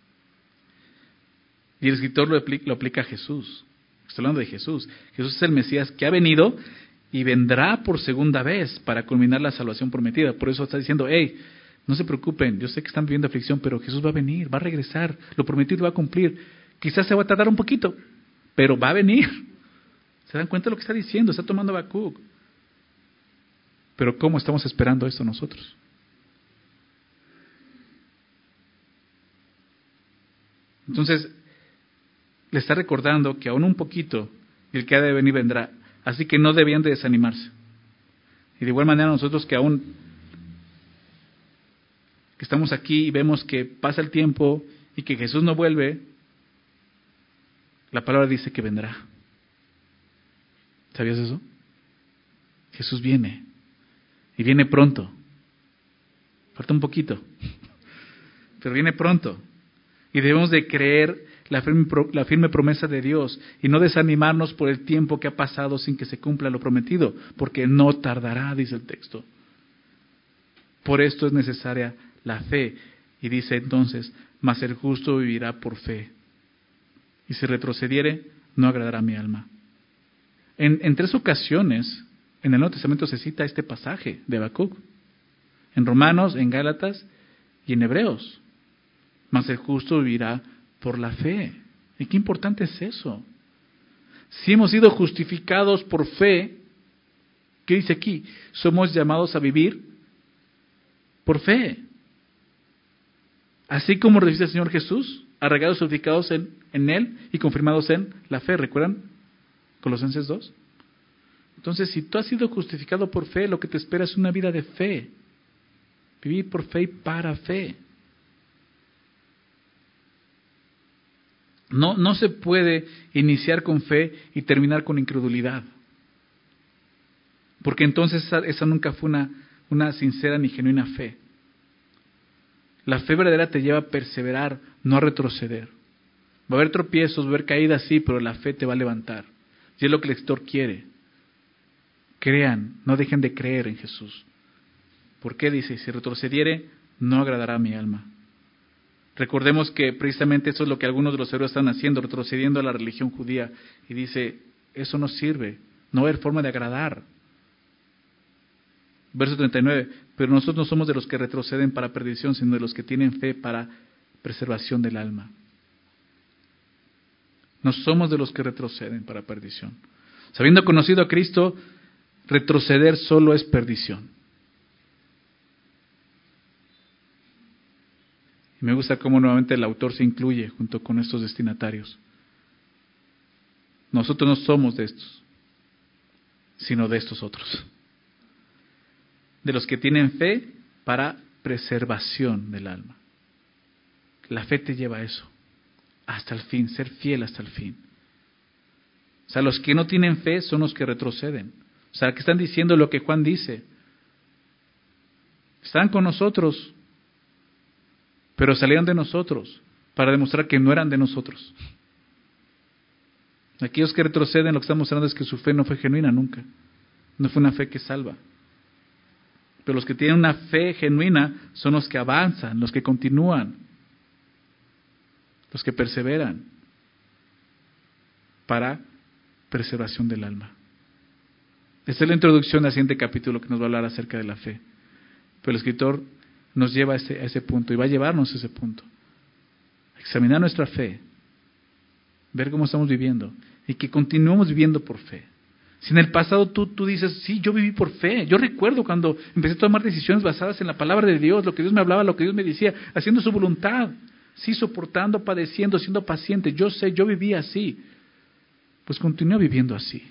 Y el escritor lo aplica a Jesús. Estoy hablando de Jesús. Jesús es el Mesías que ha venido y vendrá por segunda vez para culminar la salvación prometida. Por eso está diciendo, hey, no se preocupen, yo sé que están viviendo aflicción, pero Jesús va a venir, va a regresar, lo prometido va a cumplir. Quizás se va a tardar un poquito, pero va a venir. ¿Se dan cuenta de lo que está diciendo? Está tomando Habacuc. Pero ¿cómo estamos esperando esto nosotros? Entonces, le está recordando que aún un poquito el que ha de venir vendrá. Así que no debían de desanimarse. Y de igual manera nosotros que aún que estamos aquí y vemos que pasa el tiempo y que Jesús no vuelve, la palabra dice que vendrá. ¿Sabías eso? Jesús viene. Y viene pronto. Falta un poquito. Pero viene pronto. Y debemos de creer la firme promesa de Dios y no desanimarnos por el tiempo que ha pasado sin que se cumpla lo prometido, porque no tardará, dice el texto. Por esto es necesaria la fe. Y dice entonces, mas el justo vivirá por fe. Y si retrocediere, no agradará a mi alma. En 3 ocasiones, en el Nuevo Testamento se cita este pasaje de Habacuc. En Romanos, en Gálatas y en Hebreos. Mas el justo vivirá por la fe. ¿Y qué importante es eso? Si hemos sido justificados por fe, ¿qué dice aquí? Somos llamados a vivir por fe. Así como recibiste al Señor Jesús, arraigados, solidificados en Él y confirmados en la fe. ¿Recuerdan Colosenses 2? Entonces, si tú has sido justificado por fe, lo que te espera es una vida de fe. Vivir por fe y para fe. No se puede iniciar con fe y terminar con incredulidad. Porque entonces esa nunca fue una sincera ni genuina fe. La fe verdadera te lleva a perseverar, no a retroceder. Va a haber tropiezos, va a haber caídas, sí, pero la fe te va a levantar. Y es lo que el lector quiere. Crean, no dejen de creer en Jesús. ¿Por qué? Dice, si retrocediere, no agradará a mi alma. Recordemos que precisamente eso es lo que algunos de los héroes están haciendo, retrocediendo a la religión judía. Y dice, eso no sirve, no va a haber forma de agradar. Verso 39, pero nosotros no somos de los que retroceden para perdición, sino de los que tienen fe para preservación del alma. No somos de los que retroceden para perdición. Habiendo conocido a Cristo, retroceder solo es perdición. Y me gusta cómo nuevamente el autor se incluye junto con estos destinatarios. Nosotros no somos de estos, sino de estos otros. De los que tienen fe para preservación del alma. La fe te lleva a eso, hasta el fin, ser fiel hasta el fin. O sea, los que no tienen fe son los que retroceden. O sea, que están diciendo lo que Juan dice. Están con nosotros, pero salieron de nosotros para demostrar que no eran de nosotros. Aquellos que retroceden, lo que están mostrando es que su fe no fue genuina nunca. No fue una fe que salva. Pero los que tienen una fe genuina son los que avanzan, los que continúan, los que perseveran para preservación del alma. Esta es la introducción al siguiente capítulo que nos va a hablar acerca de la fe. Pero el escritor nos lleva a ese punto y va a llevarnos a ese punto. Examinar nuestra fe, ver cómo estamos viviendo y que continuemos viviendo por fe. Si en el pasado tú dices, sí, yo viví por fe. Yo recuerdo cuando empecé a tomar decisiones basadas en la palabra de Dios, lo que Dios me hablaba, lo que Dios me decía, haciendo su voluntad. Sí, soportando, padeciendo, siendo paciente. Yo sé, yo vivía así. Pues continúa viviendo así.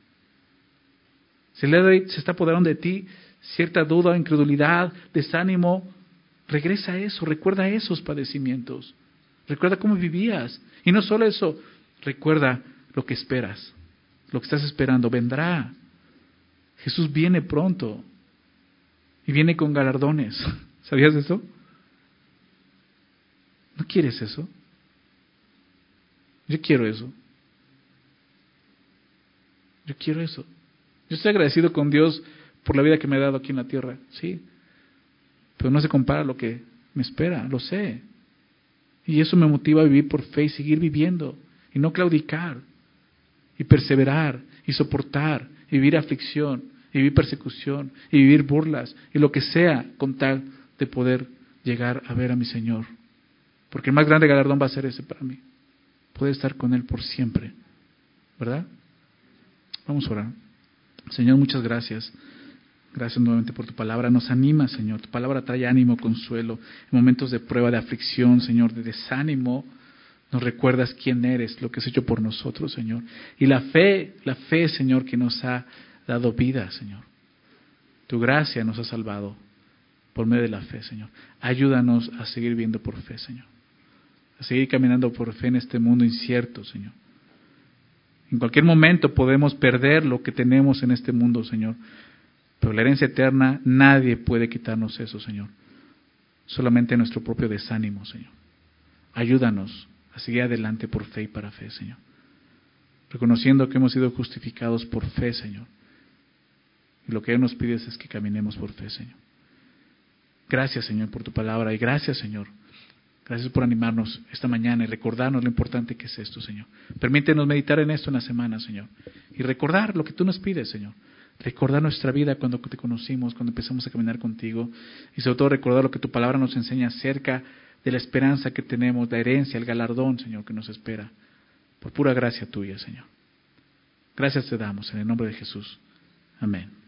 Si se está apoderando de ti cierta duda, incredulidad, desánimo, regresa a eso, recuerda esos padecimientos. Recuerda cómo vivías. Y no solo eso, recuerda lo que esperas. Lo que estás esperando vendrá. Jesús viene pronto y viene con galardones. ¿Sabías eso? ¿No quieres eso? Yo quiero eso. Yo quiero eso. Yo estoy agradecido con Dios por la vida que me ha dado aquí en la tierra, sí. Pero no se compara a lo que me espera, lo sé. Y eso me motiva a vivir por fe y seguir viviendo y no claudicar. Y perseverar, y soportar, y vivir aflicción, y vivir persecución, y vivir burlas, y lo que sea con tal de poder llegar a ver a mi Señor. Porque el más grande galardón va a ser ese para mí. Poder estar con Él por siempre. ¿Verdad? Vamos a orar. Señor, muchas gracias. Gracias nuevamente por tu palabra. Nos anima, Señor. Tu palabra trae ánimo, consuelo. En momentos de prueba, de aflicción, Señor, de desánimo. Nos recuerdas quién eres, lo que has hecho por nosotros, Señor. Y la fe, Señor, que nos ha dado vida, Señor. Tu gracia nos ha salvado por medio de la fe, Señor. Ayúdanos a seguir viendo por fe, Señor. A seguir caminando por fe en este mundo incierto, Señor. En cualquier momento podemos perder lo que tenemos en este mundo, Señor. Pero la herencia eterna, nadie puede quitarnos eso, Señor. Solamente nuestro propio desánimo, Señor. Ayúdanos a seguir adelante por fe y para fe, Señor. Reconociendo que hemos sido justificados por fe, Señor. Y lo que Él nos pide es que caminemos por fe, Señor. Gracias, Señor, por tu palabra. Y gracias, Señor. Gracias por animarnos esta mañana y recordarnos lo importante que es esto, Señor. Permítenos meditar en esto en la semana, Señor. Y recordar lo que tú nos pides, Señor. Recordar nuestra vida cuando te conocimos, cuando empezamos a caminar contigo. Y sobre todo recordar lo que tu palabra nos enseña acerca de la esperanza que tenemos, la herencia, el galardón, Señor, que nos espera. Por pura gracia tuya, Señor. Gracias te damos en el nombre de Jesús. Amén.